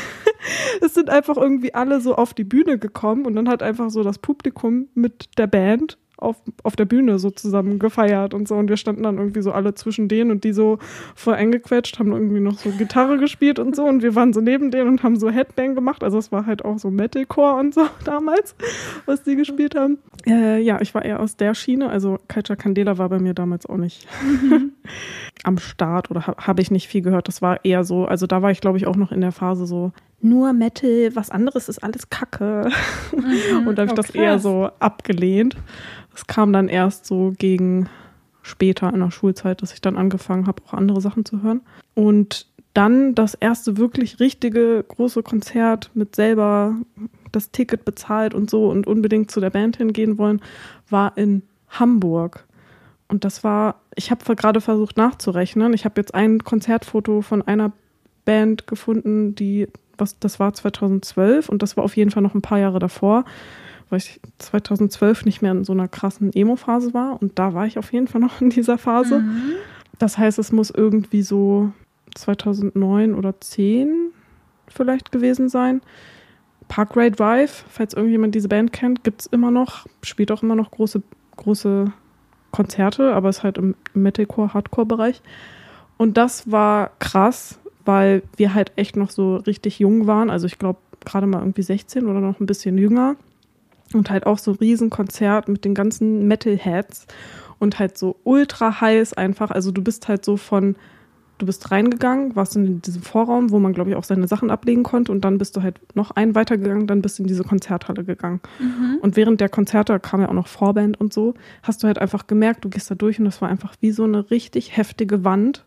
Es sind einfach irgendwie alle so auf die Bühne gekommen und dann hat einfach so das Publikum mit der Band auf, auf der Bühne so zusammen gefeiert und so und wir standen dann irgendwie so alle zwischen denen und die so voll eingequetscht, haben irgendwie noch so Gitarre gespielt und so und wir waren so neben denen und haben so Headbang gemacht, also es war halt auch so Metalcore und so damals, was die gespielt haben. Äh, ja, ich war eher aus der Schiene, also Culture Candela war bei mir damals auch nicht mhm. am Start oder ha- habe ich nicht viel gehört, das war eher so, also da war ich glaube ich auch noch in der Phase so, nur Metal, was anderes ist alles Kacke. Mhm, und da habe ich oh, das krass. eher so abgelehnt. Das kam dann erst so gegen später in der Schulzeit, dass ich dann angefangen habe, auch andere Sachen zu hören. Und dann das erste wirklich richtige große Konzert mit selber das Ticket bezahlt und so und unbedingt zu der Band hingehen wollen, war in Hamburg. Und das war, ich habe gerade versucht nachzurechnen. Ich habe jetzt ein Konzertfoto von einer Band gefunden, die was das war zweitausendzwölf und das war auf jeden Fall noch ein paar Jahre davor, weil ich zweitausendzwölf nicht mehr in so einer krassen Emo-Phase war und da war ich auf jeden Fall noch in dieser Phase. Mhm. Das heißt, es muss irgendwie so zweitausendneun oder zehn vielleicht gewesen sein. Parkway Drive, falls irgendjemand diese Band kennt, gibt es immer noch, spielt auch immer noch große, große Konzerte, aber ist halt im Metalcore, Hardcore-Bereich. Und das war krass, weil wir halt echt noch so richtig jung waren. Also ich glaube gerade mal irgendwie sechzehn oder noch ein bisschen jünger. Und halt auch so ein Riesenkonzert mit den ganzen Metalheads und halt so ultra heiß einfach. Also du bist halt so von, du bist reingegangen, warst in diesem Vorraum, wo man glaube ich auch seine Sachen ablegen konnte und dann bist du halt noch einen weitergegangen, dann bist du in diese Konzerthalle gegangen. Mhm. Und während der Konzerte, kam ja auch noch Vorband und so, hast du halt einfach gemerkt, du gehst da durch und das war einfach wie so eine richtig heftige Wand.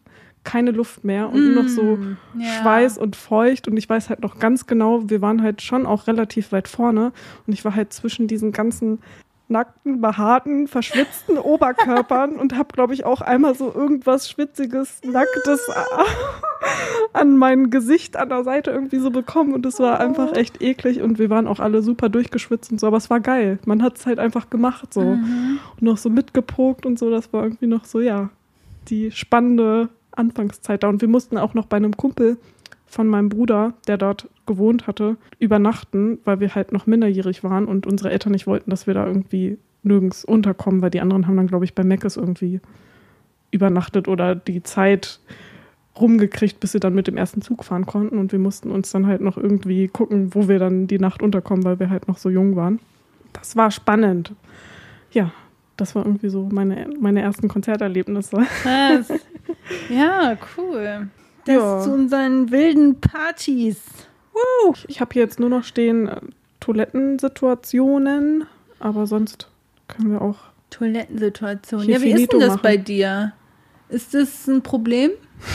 keine Luft mehr und nur noch so ja. Schweiß und feucht. Und ich weiß halt noch ganz genau, wir waren halt schon auch relativ weit vorne. Und ich war halt zwischen diesen ganzen nackten, behaarten, verschwitzten Oberkörpern und habe, glaube ich, auch einmal so irgendwas Schwitziges, Nacktes an mein Gesicht an der Seite irgendwie so bekommen. Und es war einfach echt eklig. Und wir waren auch alle super durchgeschwitzt und so. Aber es war geil. Man hat es halt einfach gemacht so. Mhm. Und noch so mitgepokt und so. Das war irgendwie noch so, ja, die spannende Anfangszeit da. Und wir mussten auch noch bei einem Kumpel von meinem Bruder, der dort gewohnt hatte, übernachten, weil wir halt noch minderjährig waren und unsere Eltern nicht wollten, dass wir da irgendwie nirgends unterkommen, weil die anderen haben dann, glaube ich, bei Meckes irgendwie übernachtet oder die Zeit rumgekriegt, bis sie dann mit dem ersten Zug fahren konnten. Und wir mussten uns dann halt noch irgendwie gucken, wo wir dann die Nacht unterkommen, weil wir halt noch so jung waren. Das war spannend. Ja, das war irgendwie so meine, meine ersten Konzerterlebnisse. Krass. Ja, cool. Das Ja. zu unseren wilden Partys. Woo. Ich habe hier jetzt nur noch stehen äh, Toilettensituationen, aber sonst können wir auch. Toilettensituation. Hier Ja, wie ist finito denn das machen. bei dir? Ist das ein Problem?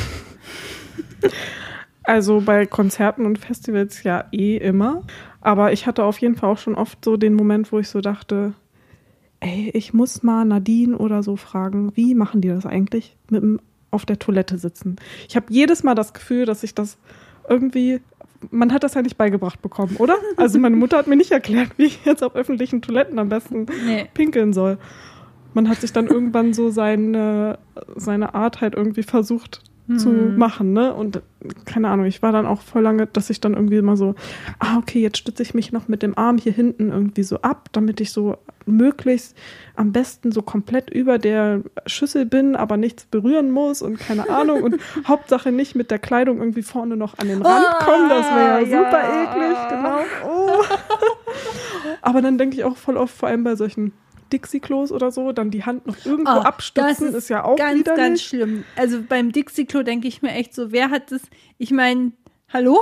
Also bei Konzerten und Festivals ja eh immer. Aber ich hatte auf jeden Fall auch schon oft so den Moment, wo ich so dachte, ey, ich muss mal Nadine oder so fragen, wie machen die das eigentlich mit dem auf der Toilette sitzen? Ich habe jedes Mal das Gefühl, dass ich das irgendwie, man hat das ja nicht beigebracht bekommen, oder? Also meine Mutter hat mir nicht erklärt, wie ich jetzt auf öffentlichen Toiletten am besten Nee. pinkeln soll. Man hat sich dann irgendwann so seine, seine Art halt irgendwie versucht zu machen, ne? Und keine Ahnung, ich war dann auch voll lange, dass ich dann irgendwie immer so, ah, okay, jetzt stütze ich mich noch mit dem Arm hier hinten irgendwie so ab, damit ich so möglichst am besten so komplett über der Schüssel bin, aber nichts berühren muss und keine Ahnung und Hauptsache nicht mit der Kleidung irgendwie vorne noch an den Rand kommen, das wäre ja super ja. eklig, genau. Oh. Aber dann denke ich auch voll oft, vor allem bei solchen Dixie-Klos oder so, dann die Hand noch irgendwo Oh, abstützen, das ist, ja auch ganz, widerlich. ganz schlimm. Also beim Dixie-Klo denke ich mir echt so, wer hat das, ich meine, hallo?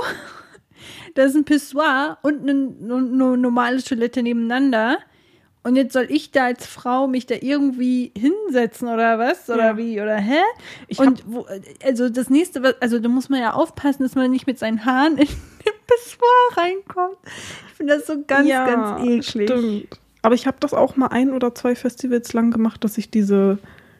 Da ist ein Pissoir und eine, eine normale Toilette nebeneinander und jetzt soll ich da als Frau mich da irgendwie hinsetzen oder was? Oder Ja. wie? Oder hä? Ich Und wo, also das nächste, was- also da muss man ja aufpassen, dass man nicht mit seinen Haaren in den Pissoir reinkommt. Ich finde das so ganz, ja, ganz eklig. Stimmt. Aber ich habe das auch mal ein oder zwei Festivals lang gemacht, dass ich diese,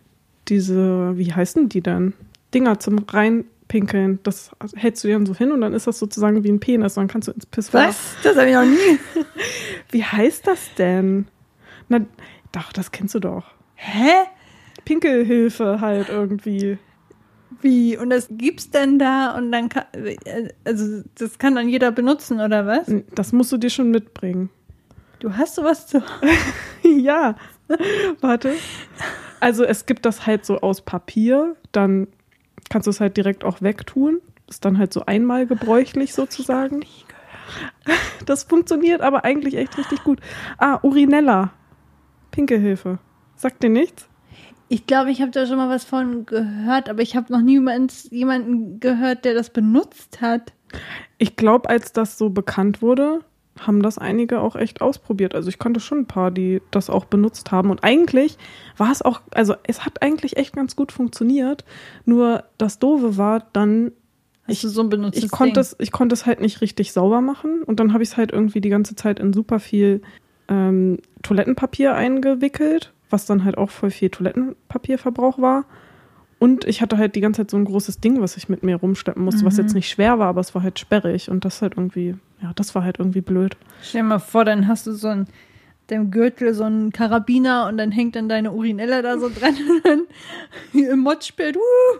diese, wie heißen die denn? Dinger zum Reinpinkeln, das hältst du dir dann so hin und dann ist das sozusagen wie ein Penis. Dann kannst du ins Pissoir. Was? Das habe ich noch nie. Wie heißt das denn? Na, doch, das kennst du doch. Hä? Pinkelhilfe halt irgendwie. Wie? Und das gibt's denn da und dann kann, also das kann dann jeder benutzen oder was? Das musst du dir schon mitbringen. Du hast sowas zu. Ja, warte. Also es gibt das halt so aus Papier, dann kannst du es halt direkt auch wegtun. Ist dann halt so einmal gebräuchlich sozusagen. Das funktioniert aber eigentlich echt richtig gut. Ah, Urinella. Pinkelhilfe. Sagt dir nichts? Ich glaube, ich habe da schon mal was von gehört, aber ich habe noch niemals jemanden gehört, der das benutzt hat. Ich glaube, als das so bekannt wurde, haben das einige auch echt ausprobiert. Also ich kannte schon ein paar, die das auch benutzt haben. Und eigentlich war es auch, also es hat eigentlich echt ganz gut funktioniert. Nur das Doofe war dann, Hast du so ein benutztes ich konnte Ding? es, ich konnte es halt nicht richtig sauber machen. Und dann habe ich es halt irgendwie die ganze Zeit in super viel ähm, Toilettenpapier eingewickelt, was dann halt auch voll viel Toilettenpapierverbrauch war. Und ich hatte halt die ganze Zeit so ein großes Ding, was ich mit mir rumschleppen musste, Mhm. was jetzt nicht schwer war, aber es war halt sperrig. Und das halt irgendwie, ja, das war halt irgendwie blöd. Stell dir mal vor, dann hast du so ein dem Gürtel so einen Karabiner und dann hängt dann deine Urinella da so dran und dann im Mottspiel.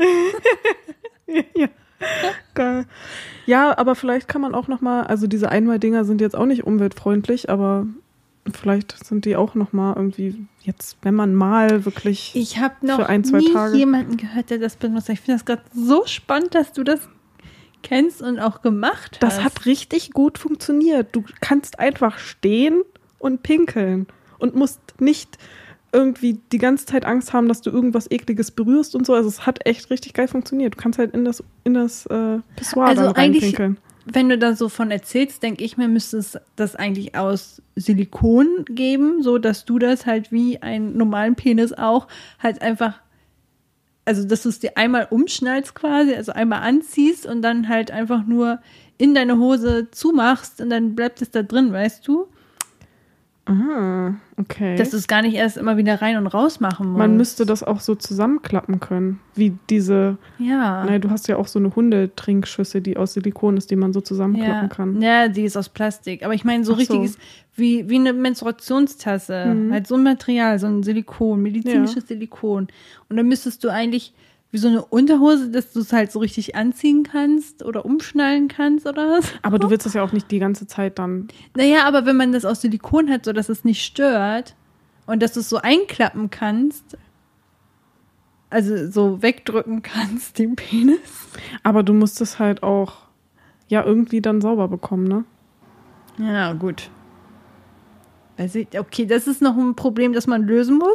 Uh. Ja, geil. Ja, aber vielleicht kann man auch noch mal, also diese Einmaldinger sind jetzt auch nicht umweltfreundlich, aber vielleicht sind die auch noch mal irgendwie jetzt, wenn man mal wirklich Ich habe noch für ein, zwei nie Tage. jemanden gehört, der das benutzt. Ich finde das gerade so spannend, dass du das kennst und auch gemacht hast. Das hat richtig gut funktioniert. Du kannst einfach stehen und pinkeln und musst nicht irgendwie die ganze Zeit Angst haben, dass du irgendwas Ekliges berührst und so. Also es hat echt richtig geil funktioniert. Du kannst halt in das, in das äh, Pissoir Also dann eigentlich- reinpinkeln. Wenn du da so von erzählst, denke ich mir, müsste es das eigentlich aus Silikon geben, so dass du das halt wie einen normalen Penis auch halt einfach, also dass du es dir einmal umschnallst quasi, also einmal anziehst und dann halt einfach nur in deine Hose zumachst und dann bleibt es da drin, weißt du? Ah, okay. Dass du es gar nicht erst immer wieder rein und raus machen musst. Man müsste das auch so zusammenklappen können, wie diese, ja. Nein, du hast ja auch so eine Hundetrinkschüssel, die aus Silikon ist, die man so zusammenklappen ja. kann. Ja, die ist aus Plastik. Aber ich meine, so Ach richtig so. ist wie, wie eine Menstruationstasse. Mhm. Halt so ein Material, so ein Silikon, medizinisches Ja. Silikon. Und dann müsstest du eigentlich wie so eine Unterhose, dass du es halt so richtig anziehen kannst oder umschnallen kannst oder was. Aber du willst das ja auch nicht die ganze Zeit dann. Naja, aber wenn man das aus Silikon hat, so dass es nicht stört und dass du es so einklappen kannst, also so wegdrücken kannst, den Penis. Aber du musst es halt auch ja irgendwie dann sauber bekommen, ne? Ja, gut. Weiß ich, okay, das ist noch ein Problem, das man lösen muss.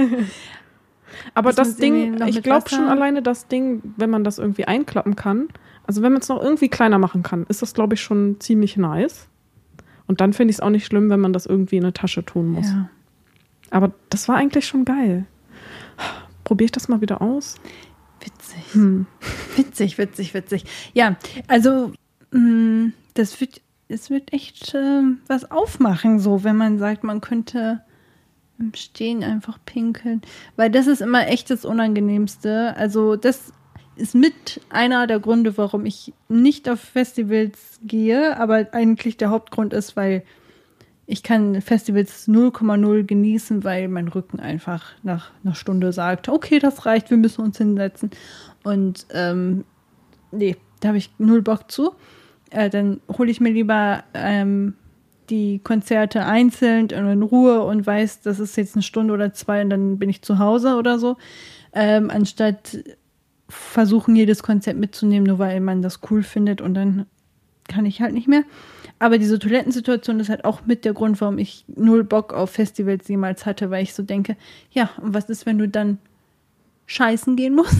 Aber Das das muss irgendwie Ding, noch ich mit glaube Wasser- schon alleine das Ding, wenn man das irgendwie einklappen kann, also wenn man es noch irgendwie kleiner machen kann, ist das, glaube ich, schon ziemlich nice. Und dann finde ich es auch nicht schlimm, wenn man das irgendwie in eine Tasche tun muss. Ja. Aber das war eigentlich schon geil. Probiere ich das mal wieder aus? Witzig. Hm. Witzig, witzig, witzig. Ja, also mh, das wird, es wird echt äh, was aufmachen, so, wenn man sagt, man könnte im Stehen einfach pinkeln. Weil das ist immer echt das Unangenehmste. Also das ist mit einer der Gründe, warum ich nicht auf Festivals gehe, aber eigentlich der Hauptgrund ist, weil ich kann Festivals null Komma null genießen, weil mein Rücken einfach nach einer Stunde sagt, okay, das reicht, wir müssen uns hinsetzen. Und ähm, nee, da habe ich null Bock zu. Äh, dann hole ich mir lieber ähm, die Konzerte einzeln und in Ruhe und weiß, das ist jetzt eine Stunde oder zwei und dann bin ich zu Hause oder so, ähm, anstatt versuchen, jedes Konzert mitzunehmen, nur weil man das cool findet und dann kann ich halt nicht mehr. Aber diese Toilettensituation ist halt auch mit der Grund, warum ich null Bock auf Festivals jemals hatte, weil ich so denke, ja, und was ist, wenn du dann scheißen gehen musst?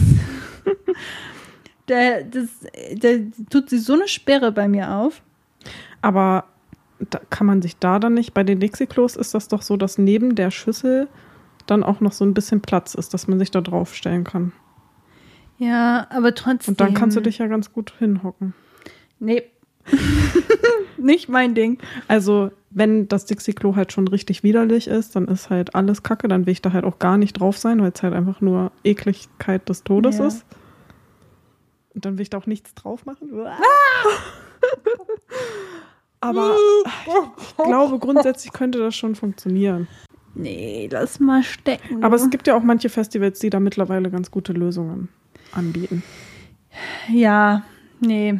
da, das, da tut sich so eine Sperre bei mir auf. Aber da kann man sich da dann nicht, bei den Dixie-Klos ist das doch so, dass neben der Schüssel dann auch noch so ein bisschen Platz ist, dass man sich da drauf stellen kann. Ja, aber trotzdem. Und dann kannst du dich ja ganz gut hinhocken. Nee. Nicht mein Ding. Also, wenn das Dixie-Klo halt schon richtig widerlich ist, dann ist halt alles Kacke, dann will ich da halt auch gar nicht drauf sein, weil es halt einfach nur Ekligkeit des Todes Ja. ist. Und dann will ich da auch nichts drauf machen. Aber ich glaube, grundsätzlich könnte das schon funktionieren. Nee, lass mal stecken. Aber es gibt ja auch manche Festivals, die da mittlerweile ganz gute Lösungen anbieten. Ja, nee.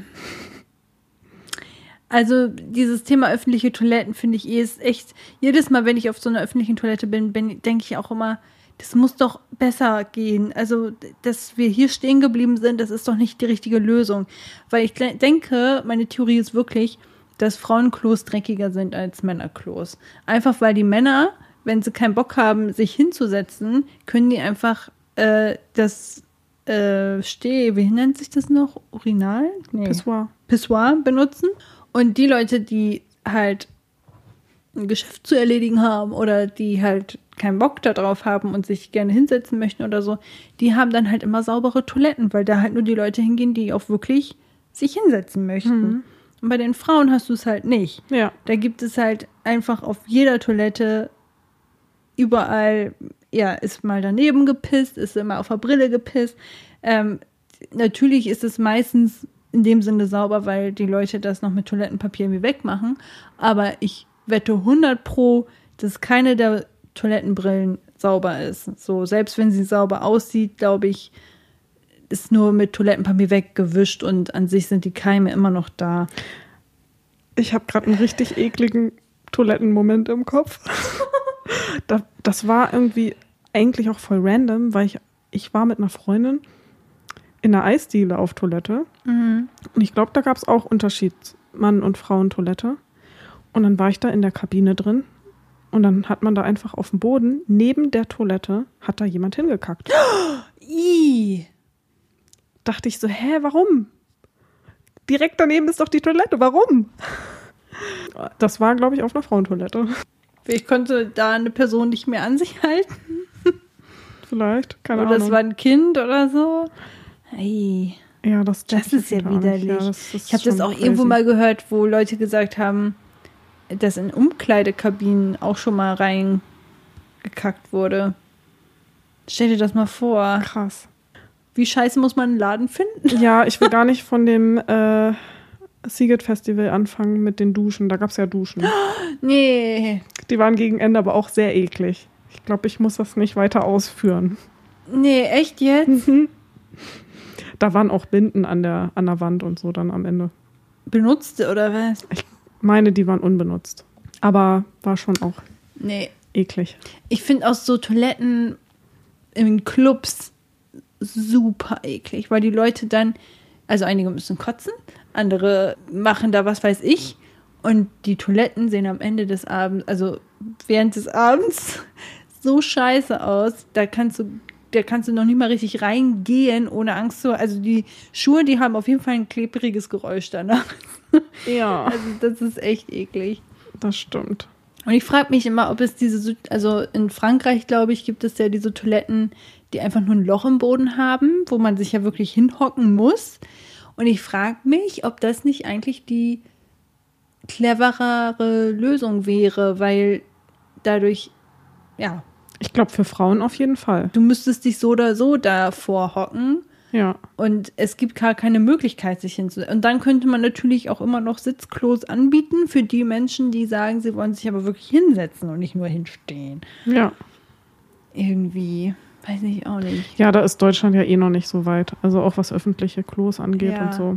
Also dieses Thema öffentliche Toiletten finde ich eh ist echt, jedes Mal, wenn ich auf so einer öffentlichen Toilette bin, bin denke ich auch immer, das muss doch besser gehen. Also, dass wir hier stehen geblieben sind, das ist doch nicht die richtige Lösung. Weil ich denke, meine Theorie ist wirklich, dass Frauenklos dreckiger sind als Männerklos. Einfach weil die Männer, wenn sie keinen Bock haben, sich hinzusetzen, können die einfach äh, das äh, Steh, wie nennt sich das noch? Urinal? Nee. Pissoir. Pissoir benutzen. Und die Leute, die halt ein Geschäft zu erledigen haben oder die halt keinen Bock darauf haben und sich gerne hinsetzen möchten oder so, die haben dann halt immer saubere Toiletten, weil da halt nur die Leute hingehen, die auch wirklich sich hinsetzen möchten. Mhm. Und bei den Frauen hast du es halt nicht. Ja. Da gibt es halt einfach auf jeder Toilette überall, ja, ist mal daneben gepisst, ist immer auf der Brille gepisst. Ähm, natürlich ist es meistens in dem Sinne sauber, weil die Leute das noch mit Toilettenpapier irgendwie wegmachen. Aber ich wette hundert pro, dass keine der Toilettenbrillen sauber ist. So, selbst wenn sie sauber aussieht, glaube ich, ist nur mit Toilettenpapier weggewischt und an sich sind die Keime immer noch da. Ich habe gerade einen richtig ekligen Toilettenmoment im Kopf. das, das war irgendwie eigentlich auch voll random, weil ich, ich war mit einer Freundin in einer Eisdiele auf Toilette. Mhm. Und ich glaube, da gab es auch Unterschied Mann- und Frauentoilette. Und dann war ich da in der Kabine drin und dann hat man da einfach auf dem Boden, neben der Toilette, hat da jemand hingekackt. Ih. Dachte ich so, hä, warum? Direkt daneben ist doch die Toilette, warum? Das war, glaube ich, auf einer Frauentoilette. Ich konnte da eine Person nicht mehr an sich halten. vielleicht, keine oder Ahnung. es war ein Kind oder so. Hey. Ja, das, Das ist ja widerlich. Ja, das ist ich habe das auch crazy. irgendwo mal gehört, wo Leute gesagt haben, dass in Umkleidekabinen auch schon mal reingekackt wurde. Stell dir das mal vor. Krass. Wie scheiße muss man einen Laden finden? Ja, ich will gar nicht von dem äh, Seagate Festival anfangen mit den Duschen. Da gab es ja Duschen. Nee. Die waren gegen Ende aber auch sehr eklig. Ich glaube, ich muss das nicht weiter ausführen. Nee, echt jetzt? Da waren auch Binden an der, an der Wand und so dann am Ende. Benutzte oder was? Ich meine, die waren unbenutzt. Aber war schon auch Nee. eklig. Ich finde auch so Toiletten in Clubs super eklig, weil die Leute dann, also einige müssen kotzen, andere machen da was weiß ich und die Toiletten sehen am Ende des Abends, also während des Abends so scheiße aus, da kannst du da kannst du noch nicht mal richtig reingehen, ohne Angst zu, also die Schuhe, die haben auf jeden Fall ein klebriges Geräusch danach. Ja. Also das ist echt eklig. Das stimmt. Und ich frage mich immer, ob es diese, also in Frankreich, glaube ich, gibt es ja diese Toiletten, die einfach nur ein Loch im Boden haben, wo man sich ja wirklich hinhocken muss. Und ich frage mich, ob das nicht eigentlich die cleverere Lösung wäre, weil dadurch, ja. Ich glaube, für Frauen auf jeden Fall. Du müsstest dich so oder so davor hocken. Ja. Und es gibt gar keine Möglichkeit, sich hinzusetzen. Und dann könnte man natürlich auch immer noch Sitzklos anbieten für die Menschen, die sagen, sie wollen sich aber wirklich hinsetzen und nicht nur hinstehen. Ja. Irgendwie, weiß ich auch nicht. Ja, da ist Deutschland ja eh noch nicht so weit. Also auch was öffentliche Klos angeht Ja. und so.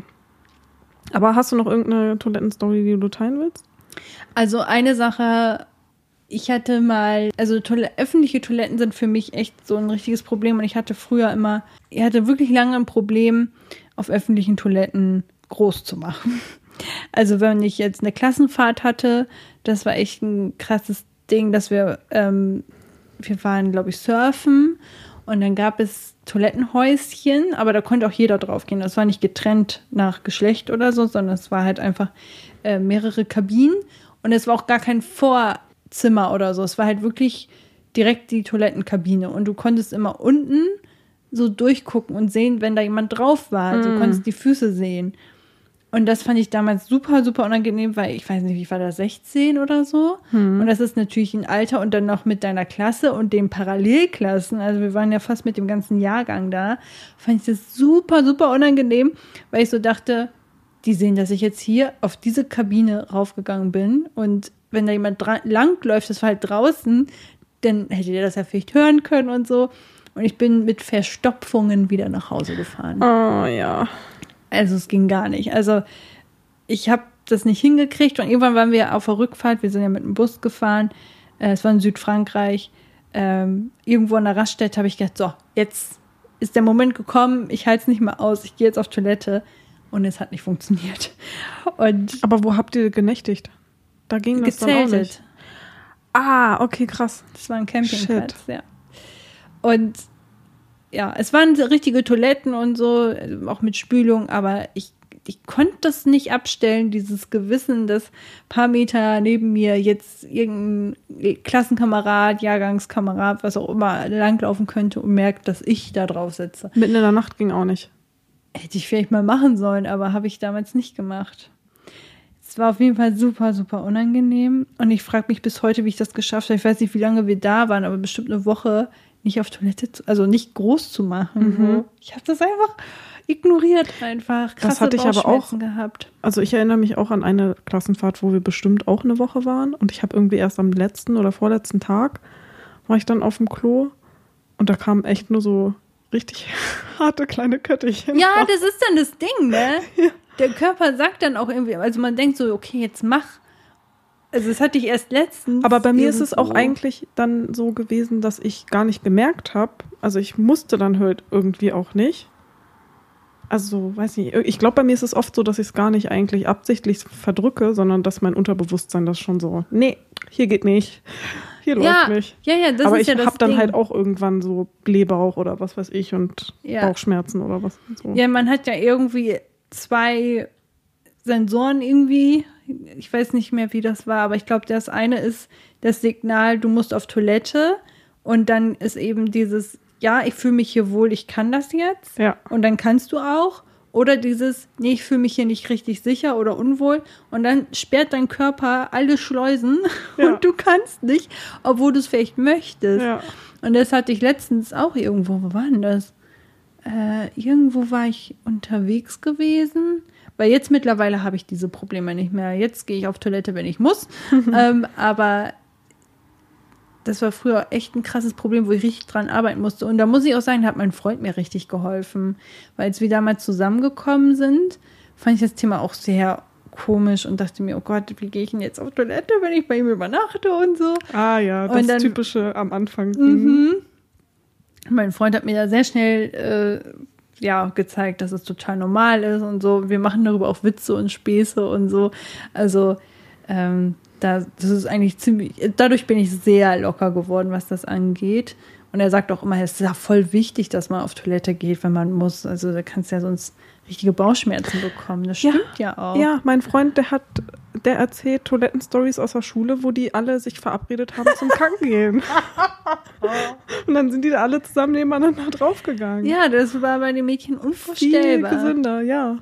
Aber hast du noch irgendeine Toilettenstory, die du teilen willst? Also eine Sache, ich hatte mal, also Toil- öffentliche Toiletten sind für mich echt so ein richtiges Problem und ich hatte früher immer, ich hatte wirklich lange ein Problem, auf öffentlichen Toiletten groß zu machen. Also wenn ich jetzt eine Klassenfahrt hatte, das war echt ein krasses Ding, dass wir, ähm, wir waren, glaube ich, surfen und dann gab es Toilettenhäuschen, aber da konnte auch jeder drauf gehen. Das war nicht getrennt nach Geschlecht oder so, sondern es war halt einfach äh, mehrere Kabinen und es war auch gar kein Vorzimmer oder so. Es war halt wirklich direkt die Toilettenkabine und du konntest immer unten so durchgucken und sehen, wenn da jemand drauf war. Also du konntest die Füße sehen. Und das fand ich damals super, super unangenehm, weil ich weiß nicht, wie war das, sechzehn oder so? Hm. Und das ist natürlich ein Alter und dann noch mit deiner Klasse und den Parallelklassen. Also wir waren ja fast mit dem ganzen Jahrgang da. Fand ich das super, super unangenehm, weil ich so dachte, die sehen, dass ich jetzt hier auf diese Kabine raufgegangen bin. Und wenn da jemand dra- langläuft, das war halt draußen, dann hättet ihr das ja vielleicht hören können und so. Und ich bin mit Verstopfungen wieder nach Hause gefahren. Oh ja. Also es ging gar nicht. Also ich habe das nicht hingekriegt und irgendwann waren wir auf der Rückfahrt, wir sind ja mit dem Bus gefahren, äh, es war in Südfrankreich, ähm, irgendwo an der Raststätte habe ich gedacht, so, jetzt ist der Moment gekommen, ich halte es nicht mehr aus, ich gehe jetzt auf Toilette und es hat nicht funktioniert. Und aber wo habt ihr genächtigt? Da ging das dann auch nicht. Ah, okay, krass. Das war ein Campingplatz, Shit. ja. Und ja, es waren richtige Toiletten und so, auch mit Spülung, aber ich, ich konnte das nicht abstellen, dieses Gewissen, dass ein paar Meter neben mir jetzt irgendein Klassenkamerad, Jahrgangskamerad, was auch immer, langlaufen könnte und merkt, dass ich da drauf sitze. Mitten in der Nacht ging auch nicht. Hätte ich vielleicht mal machen sollen, aber habe ich damals nicht gemacht. Es war auf jeden Fall super, super unangenehm und ich frage mich bis heute, wie ich das geschafft habe. Ich weiß nicht, wie lange wir da waren, aber bestimmt eine Woche nicht auf Toilette, zu, also nicht groß zu machen. Mhm. So. Ich habe das einfach ignoriert, einfach krasse das hatte ich aber auch gehabt. Also ich erinnere mich auch an eine Klassenfahrt, wo wir bestimmt auch eine Woche waren und ich habe irgendwie erst am letzten oder vorletzten Tag war ich dann auf dem Klo und da kamen echt nur so richtig harte kleine Köttichen. Ja, raus. Das ist dann das Ding, ne? Ja. Der Körper sagt dann auch irgendwie, also man denkt so, okay, jetzt mach. Also das hatte ich erst letztens. Aber bei mir ist es auch eigentlich dann so gewesen, dass ich gar nicht gemerkt habe. Also ich musste dann halt irgendwie auch nicht. Also weiß nicht, ich glaube, bei mir ist es oft so, dass ich es gar nicht eigentlich absichtlich verdrücke, sondern dass mein Unterbewusstsein das schon so, nee, hier geht nicht, hier ja, läuft nicht. Ja, ja, das Aber ist ja ich das habe dann Ding. halt auch irgendwann so Blähbauch oder was weiß ich und ja. Bauchschmerzen oder was. So. Ja, man hat ja irgendwie zwei Sensoren irgendwie, ich weiß nicht mehr, wie das war, aber ich glaube, das eine ist das Signal, du musst auf Toilette und dann ist eben dieses, ja, ich fühle mich hier wohl, ich kann das jetzt. Ja. Und dann kannst du auch. Oder dieses, nee, ich fühle mich hier nicht richtig sicher oder unwohl. Und dann sperrt dein Körper alle Schleusen Ja. und du kannst nicht, obwohl du es vielleicht möchtest. Ja. Und das hatte ich letztens auch irgendwo. Wo war denn das? Äh, irgendwo war ich unterwegs gewesen. Weil jetzt mittlerweile habe ich diese Probleme nicht mehr. Jetzt gehe ich auf Toilette, wenn ich muss. ähm, aber das war früher echt ein krasses Problem, wo ich richtig dran arbeiten musste. Und da muss ich auch sagen, da hat mein Freund mir richtig geholfen. Weil als wir damals zusammengekommen sind, fand ich das Thema auch sehr komisch und dachte mir, oh Gott, wie gehe ich denn jetzt auf Toilette, wenn ich bei ihm übernachte und so. Ah ja, das Und dann, Typische am Anfang. Mhm. Mein Freund hat mir da sehr schnell äh, ja, gezeigt, dass es total normal ist und so. Wir machen darüber auch Witze und Späße und so. Also ähm, da, das ist eigentlich ziemlich, dadurch bin ich sehr locker geworden, was das angeht. Und er sagt auch immer, es ist ja voll wichtig, dass man auf Toilette geht, wenn man muss. Also da kannst du ja sonst richtige Bauchschmerzen bekommen. Das stimmt ja, ja auch. Ja, mein Freund, der hat, der erzählt Toilettenstories aus der Schule, wo die alle sich verabredet haben zum Kacken gehen. Und dann sind die da alle zusammen nebeneinander draufgegangen. Ja, das war bei den Mädchen unvorstellbar. Viel gesünder, ja.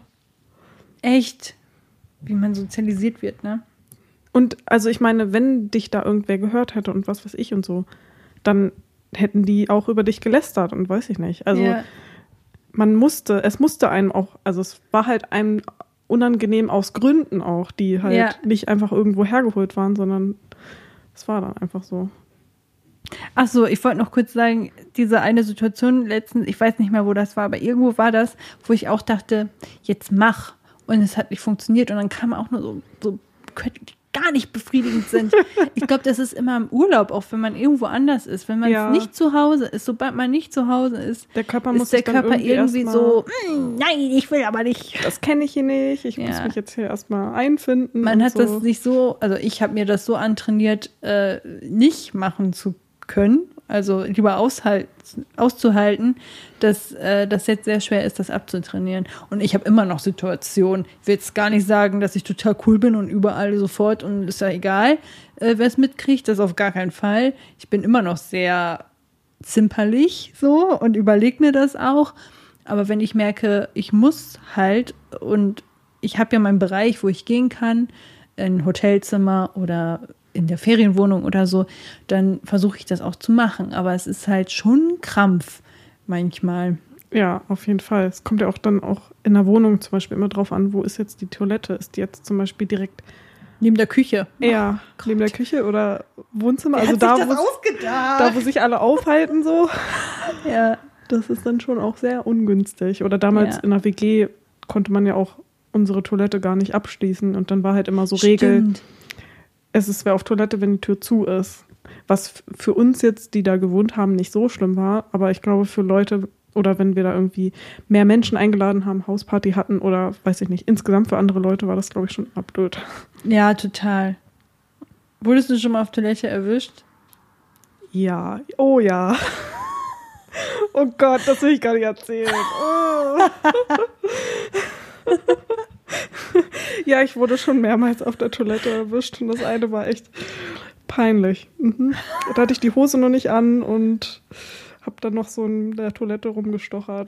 Echt, wie man sozialisiert wird, ne? Und also ich meine, wenn dich da irgendwer gehört hätte und was weiß ich und so, dann hätten die auch über dich gelästert und weiß ich nicht. Also ja. man musste, es musste einem auch, also es war halt einem unangenehm aus Gründen auch, die halt ja. nicht einfach irgendwo hergeholt waren, sondern es war dann einfach so. Ach so, ich wollte noch kurz sagen, diese eine Situation letztens, ich weiß nicht mehr, wo das war, aber irgendwo war das, wo ich auch dachte, jetzt mach. Und es hat nicht funktioniert und dann kamen auch nur so, so die gar nicht befriedigend sind. Ich glaube, das ist immer im Urlaub, auch wenn man irgendwo anders ist. Wenn man Ja. nicht zu Hause ist, sobald man nicht zu Hause ist, Der Körper ist muss der sich dann Körper irgendwie, irgendwie erst so, "Mm, nein, ich will aber nicht. das kenne ich hier nicht, ich Ja. muss mich jetzt hier erstmal einfinden. Man und hat so. das nicht so, also ich habe mir das so antrainiert, äh, nicht machen zu können, also lieber aushalten, auszuhalten, dass äh, das jetzt sehr schwer ist, das abzutrainieren. Und ich habe immer noch Situationen. Ich will jetzt gar nicht sagen, dass ich total cool bin und überall sofort und ist ja egal, äh, wer es mitkriegt, das auf gar keinen Fall. Ich bin immer noch sehr zimperlich so und überlege mir das auch. Aber wenn ich merke, ich muss halt und ich habe ja meinen Bereich, wo ich gehen kann, ein Hotelzimmer oder in der Ferienwohnung oder so, dann versuche ich das auch zu machen. Aber es ist halt schon ein Krampf manchmal. Ja, auf jeden Fall. Es kommt ja auch dann auch in der Wohnung zum Beispiel immer drauf an, wo ist jetzt die Toilette? Ist die jetzt zum Beispiel direkt Neben der Küche. eher Oh, neben der Küche oder Wohnzimmer? Wer Also hat da, sich das wo ausgedacht? da, wo sich alle aufhalten so. Ja. Das ist dann schon auch sehr ungünstig. Oder damals Ja. in der W G konnte man ja auch unsere Toilette gar nicht abschließen. Und dann war halt immer so Regel, Stimmt. es ist wer auf Toilette, wenn die Tür zu ist. Was f- für uns jetzt, die da gewohnt haben, nicht so schlimm war. Aber ich glaube, für Leute oder wenn wir da irgendwie mehr Menschen eingeladen haben, Hausparty hatten oder weiß ich nicht, insgesamt für andere Leute war das, glaube ich, schon immer blöd. Ja, total. Wurdest du schon mal auf Toilette erwischt? Ja, oh ja. Oh Gott, das will ich gar nicht erzählen. Oh. Ja, ich wurde schon mehrmals auf der Toilette erwischt und das eine war echt peinlich. Mhm. Da hatte ich die Hose noch nicht an und habe dann noch so in der Toilette rumgestochert.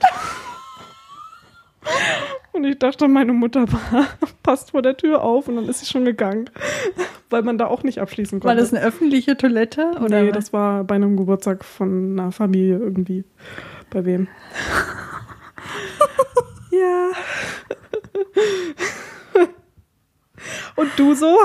Und ich dachte, meine Mutter war, passt vor der Tür auf und dann ist sie schon gegangen, weil man da auch nicht abschließen konnte. War das eine öffentliche Toilette? Oder Nee, was? das war bei einem Geburtstag von einer Familie irgendwie. Bei wem? Ja. Und du so?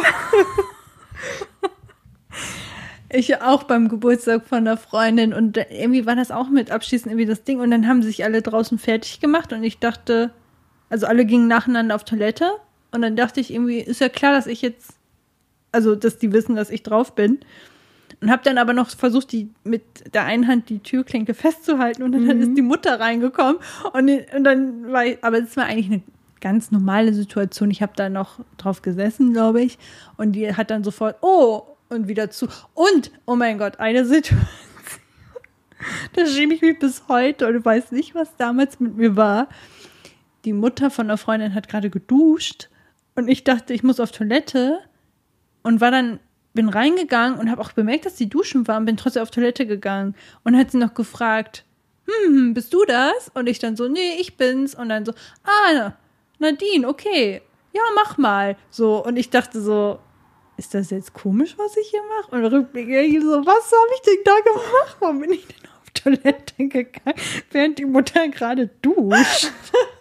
Ich auch beim Geburtstag von einer Freundin und irgendwie war das auch mit Abschließen irgendwie das Ding und dann haben sich alle draußen fertig gemacht und ich dachte, also alle gingen nacheinander auf Toilette und dann dachte ich irgendwie, ist ja klar, dass ich jetzt, also dass die wissen, dass ich drauf bin und habe dann aber noch versucht, die mit der einen Hand die Türklinke festzuhalten und dann Mhm. ist die Mutter reingekommen und, und dann war ich, aber es war eigentlich eine ganz normale Situation, ich habe da noch drauf gesessen, glaube ich, und die hat dann sofort, oh, und wieder zu. Und, oh mein Gott, eine Situation. Da schäme ich mich bis heute und weiß nicht, was damals mit mir war. Die Mutter von einer Freundin hat gerade geduscht und ich dachte, ich muss auf Toilette und war dann, bin reingegangen und habe auch bemerkt, dass die duschen war und bin trotzdem auf Toilette gegangen und hat sie noch gefragt, hm, bist du das? Und ich dann so, nee, ich bin's. Und dann so, ah, Nadine, okay, ja, mach mal. So, und ich dachte so, ist das jetzt komisch, was ich hier mache? Und rückblickend so, was habe ich denn da gemacht? Warum bin ich denn auf Toilette gegangen, während die Mutter gerade duscht?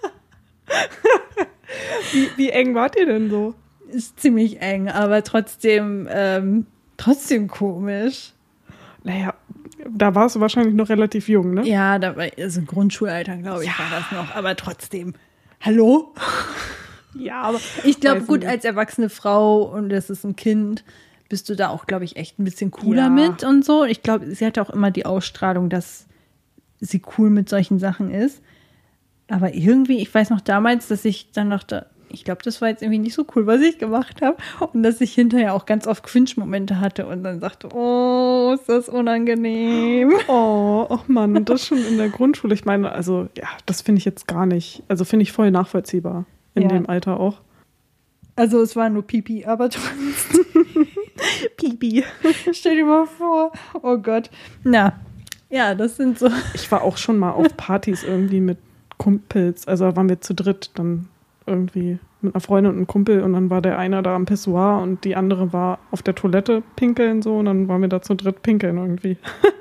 wie, wie eng wart ihr denn so? Ist ziemlich eng, aber trotzdem, ähm, trotzdem komisch. Naja, da warst du wahrscheinlich noch relativ jung, ne? Ja, da war, also Grundschulalter, glaube ich, ja. war das noch. Aber trotzdem, hallo? Ja, aber ich glaube, gut, nicht. Als erwachsene Frau und das ist ein Kind, bist du da auch, glaube ich, echt ein bisschen cooler ja. mit und so. Ich glaube, sie hatte auch immer die Ausstrahlung, dass sie cool mit solchen Sachen ist. Aber irgendwie, ich weiß noch damals, dass ich dann noch da, ich glaube, das war jetzt irgendwie nicht so cool, was ich gemacht habe. Und dass ich hinterher auch ganz oft Cringe-Momente hatte und dann sagte, oh, ist das unangenehm. Oh, ach Mann, das schon in der Grundschule. Ich meine, also, ja, das finde ich jetzt gar nicht, also finde ich voll nachvollziehbar. In ja. dem Alter auch. Also es war nur Pipi, aber trotzdem. Pipi. Stell dir mal vor. Oh Gott. Na, ja, das sind so. Ich war auch schon mal auf Partys irgendwie mit Kumpels. Also da waren wir zu dritt dann irgendwie mit einer Freundin und einem Kumpel und dann war der eine da am Pissoir und die andere war auf der Toilette pinkeln so und dann waren wir da zu dritt pinkeln irgendwie.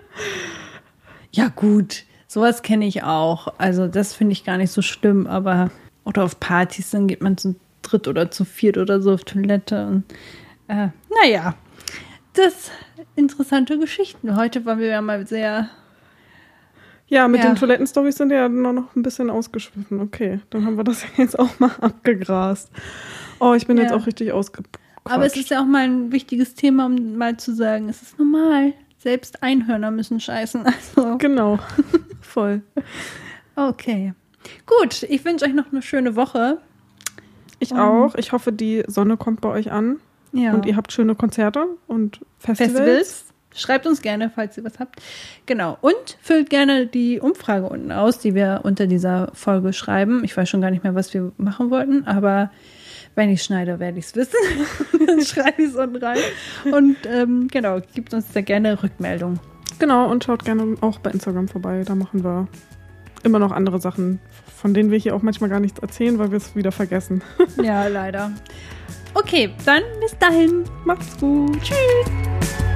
Ja gut, sowas kenne ich auch. Also das finde ich gar nicht so schlimm, aber oder auf Partys, dann geht man zu dritt oder zu viert oder so auf Toilette. Und, äh, naja, das interessante Geschichten. Heute waren wir ja mal sehr... Ja, mit ja. den Toiletten-Storys sind ja nur noch ein bisschen ausgeschwiffen. Okay, dann haben wir das jetzt auch mal abgegrast. Oh, ich bin ja. jetzt auch richtig ausgequatscht. Aber es ist ja auch mal ein wichtiges Thema, um mal zu sagen, es ist normal. Selbst Einhörner müssen scheißen. Also. Genau, voll. Okay. Gut, ich wünsche euch noch eine schöne Woche. Ich um, auch. Ich hoffe, die Sonne kommt bei euch an. Ja. Und ihr habt schöne Konzerte und Festivals. Festivals. Schreibt uns gerne, falls ihr was habt. Genau. Und füllt gerne die Umfrage unten aus, die wir unter dieser Folge schreiben. Ich weiß schon gar nicht mehr, was wir machen wollten, aber wenn ich schneide, werde ich es wissen. Dann schreibe ich es unten rein. Und ähm, genau, gebt uns da gerne Rückmeldung. Genau, und schaut gerne auch bei Instagram vorbei. Da machen wir immer noch andere Sachen, von denen wir hier auch manchmal gar nichts erzählen, weil wir es wieder vergessen. Ja, leider. Okay, dann bis dahin. Macht's gut. Tschüss.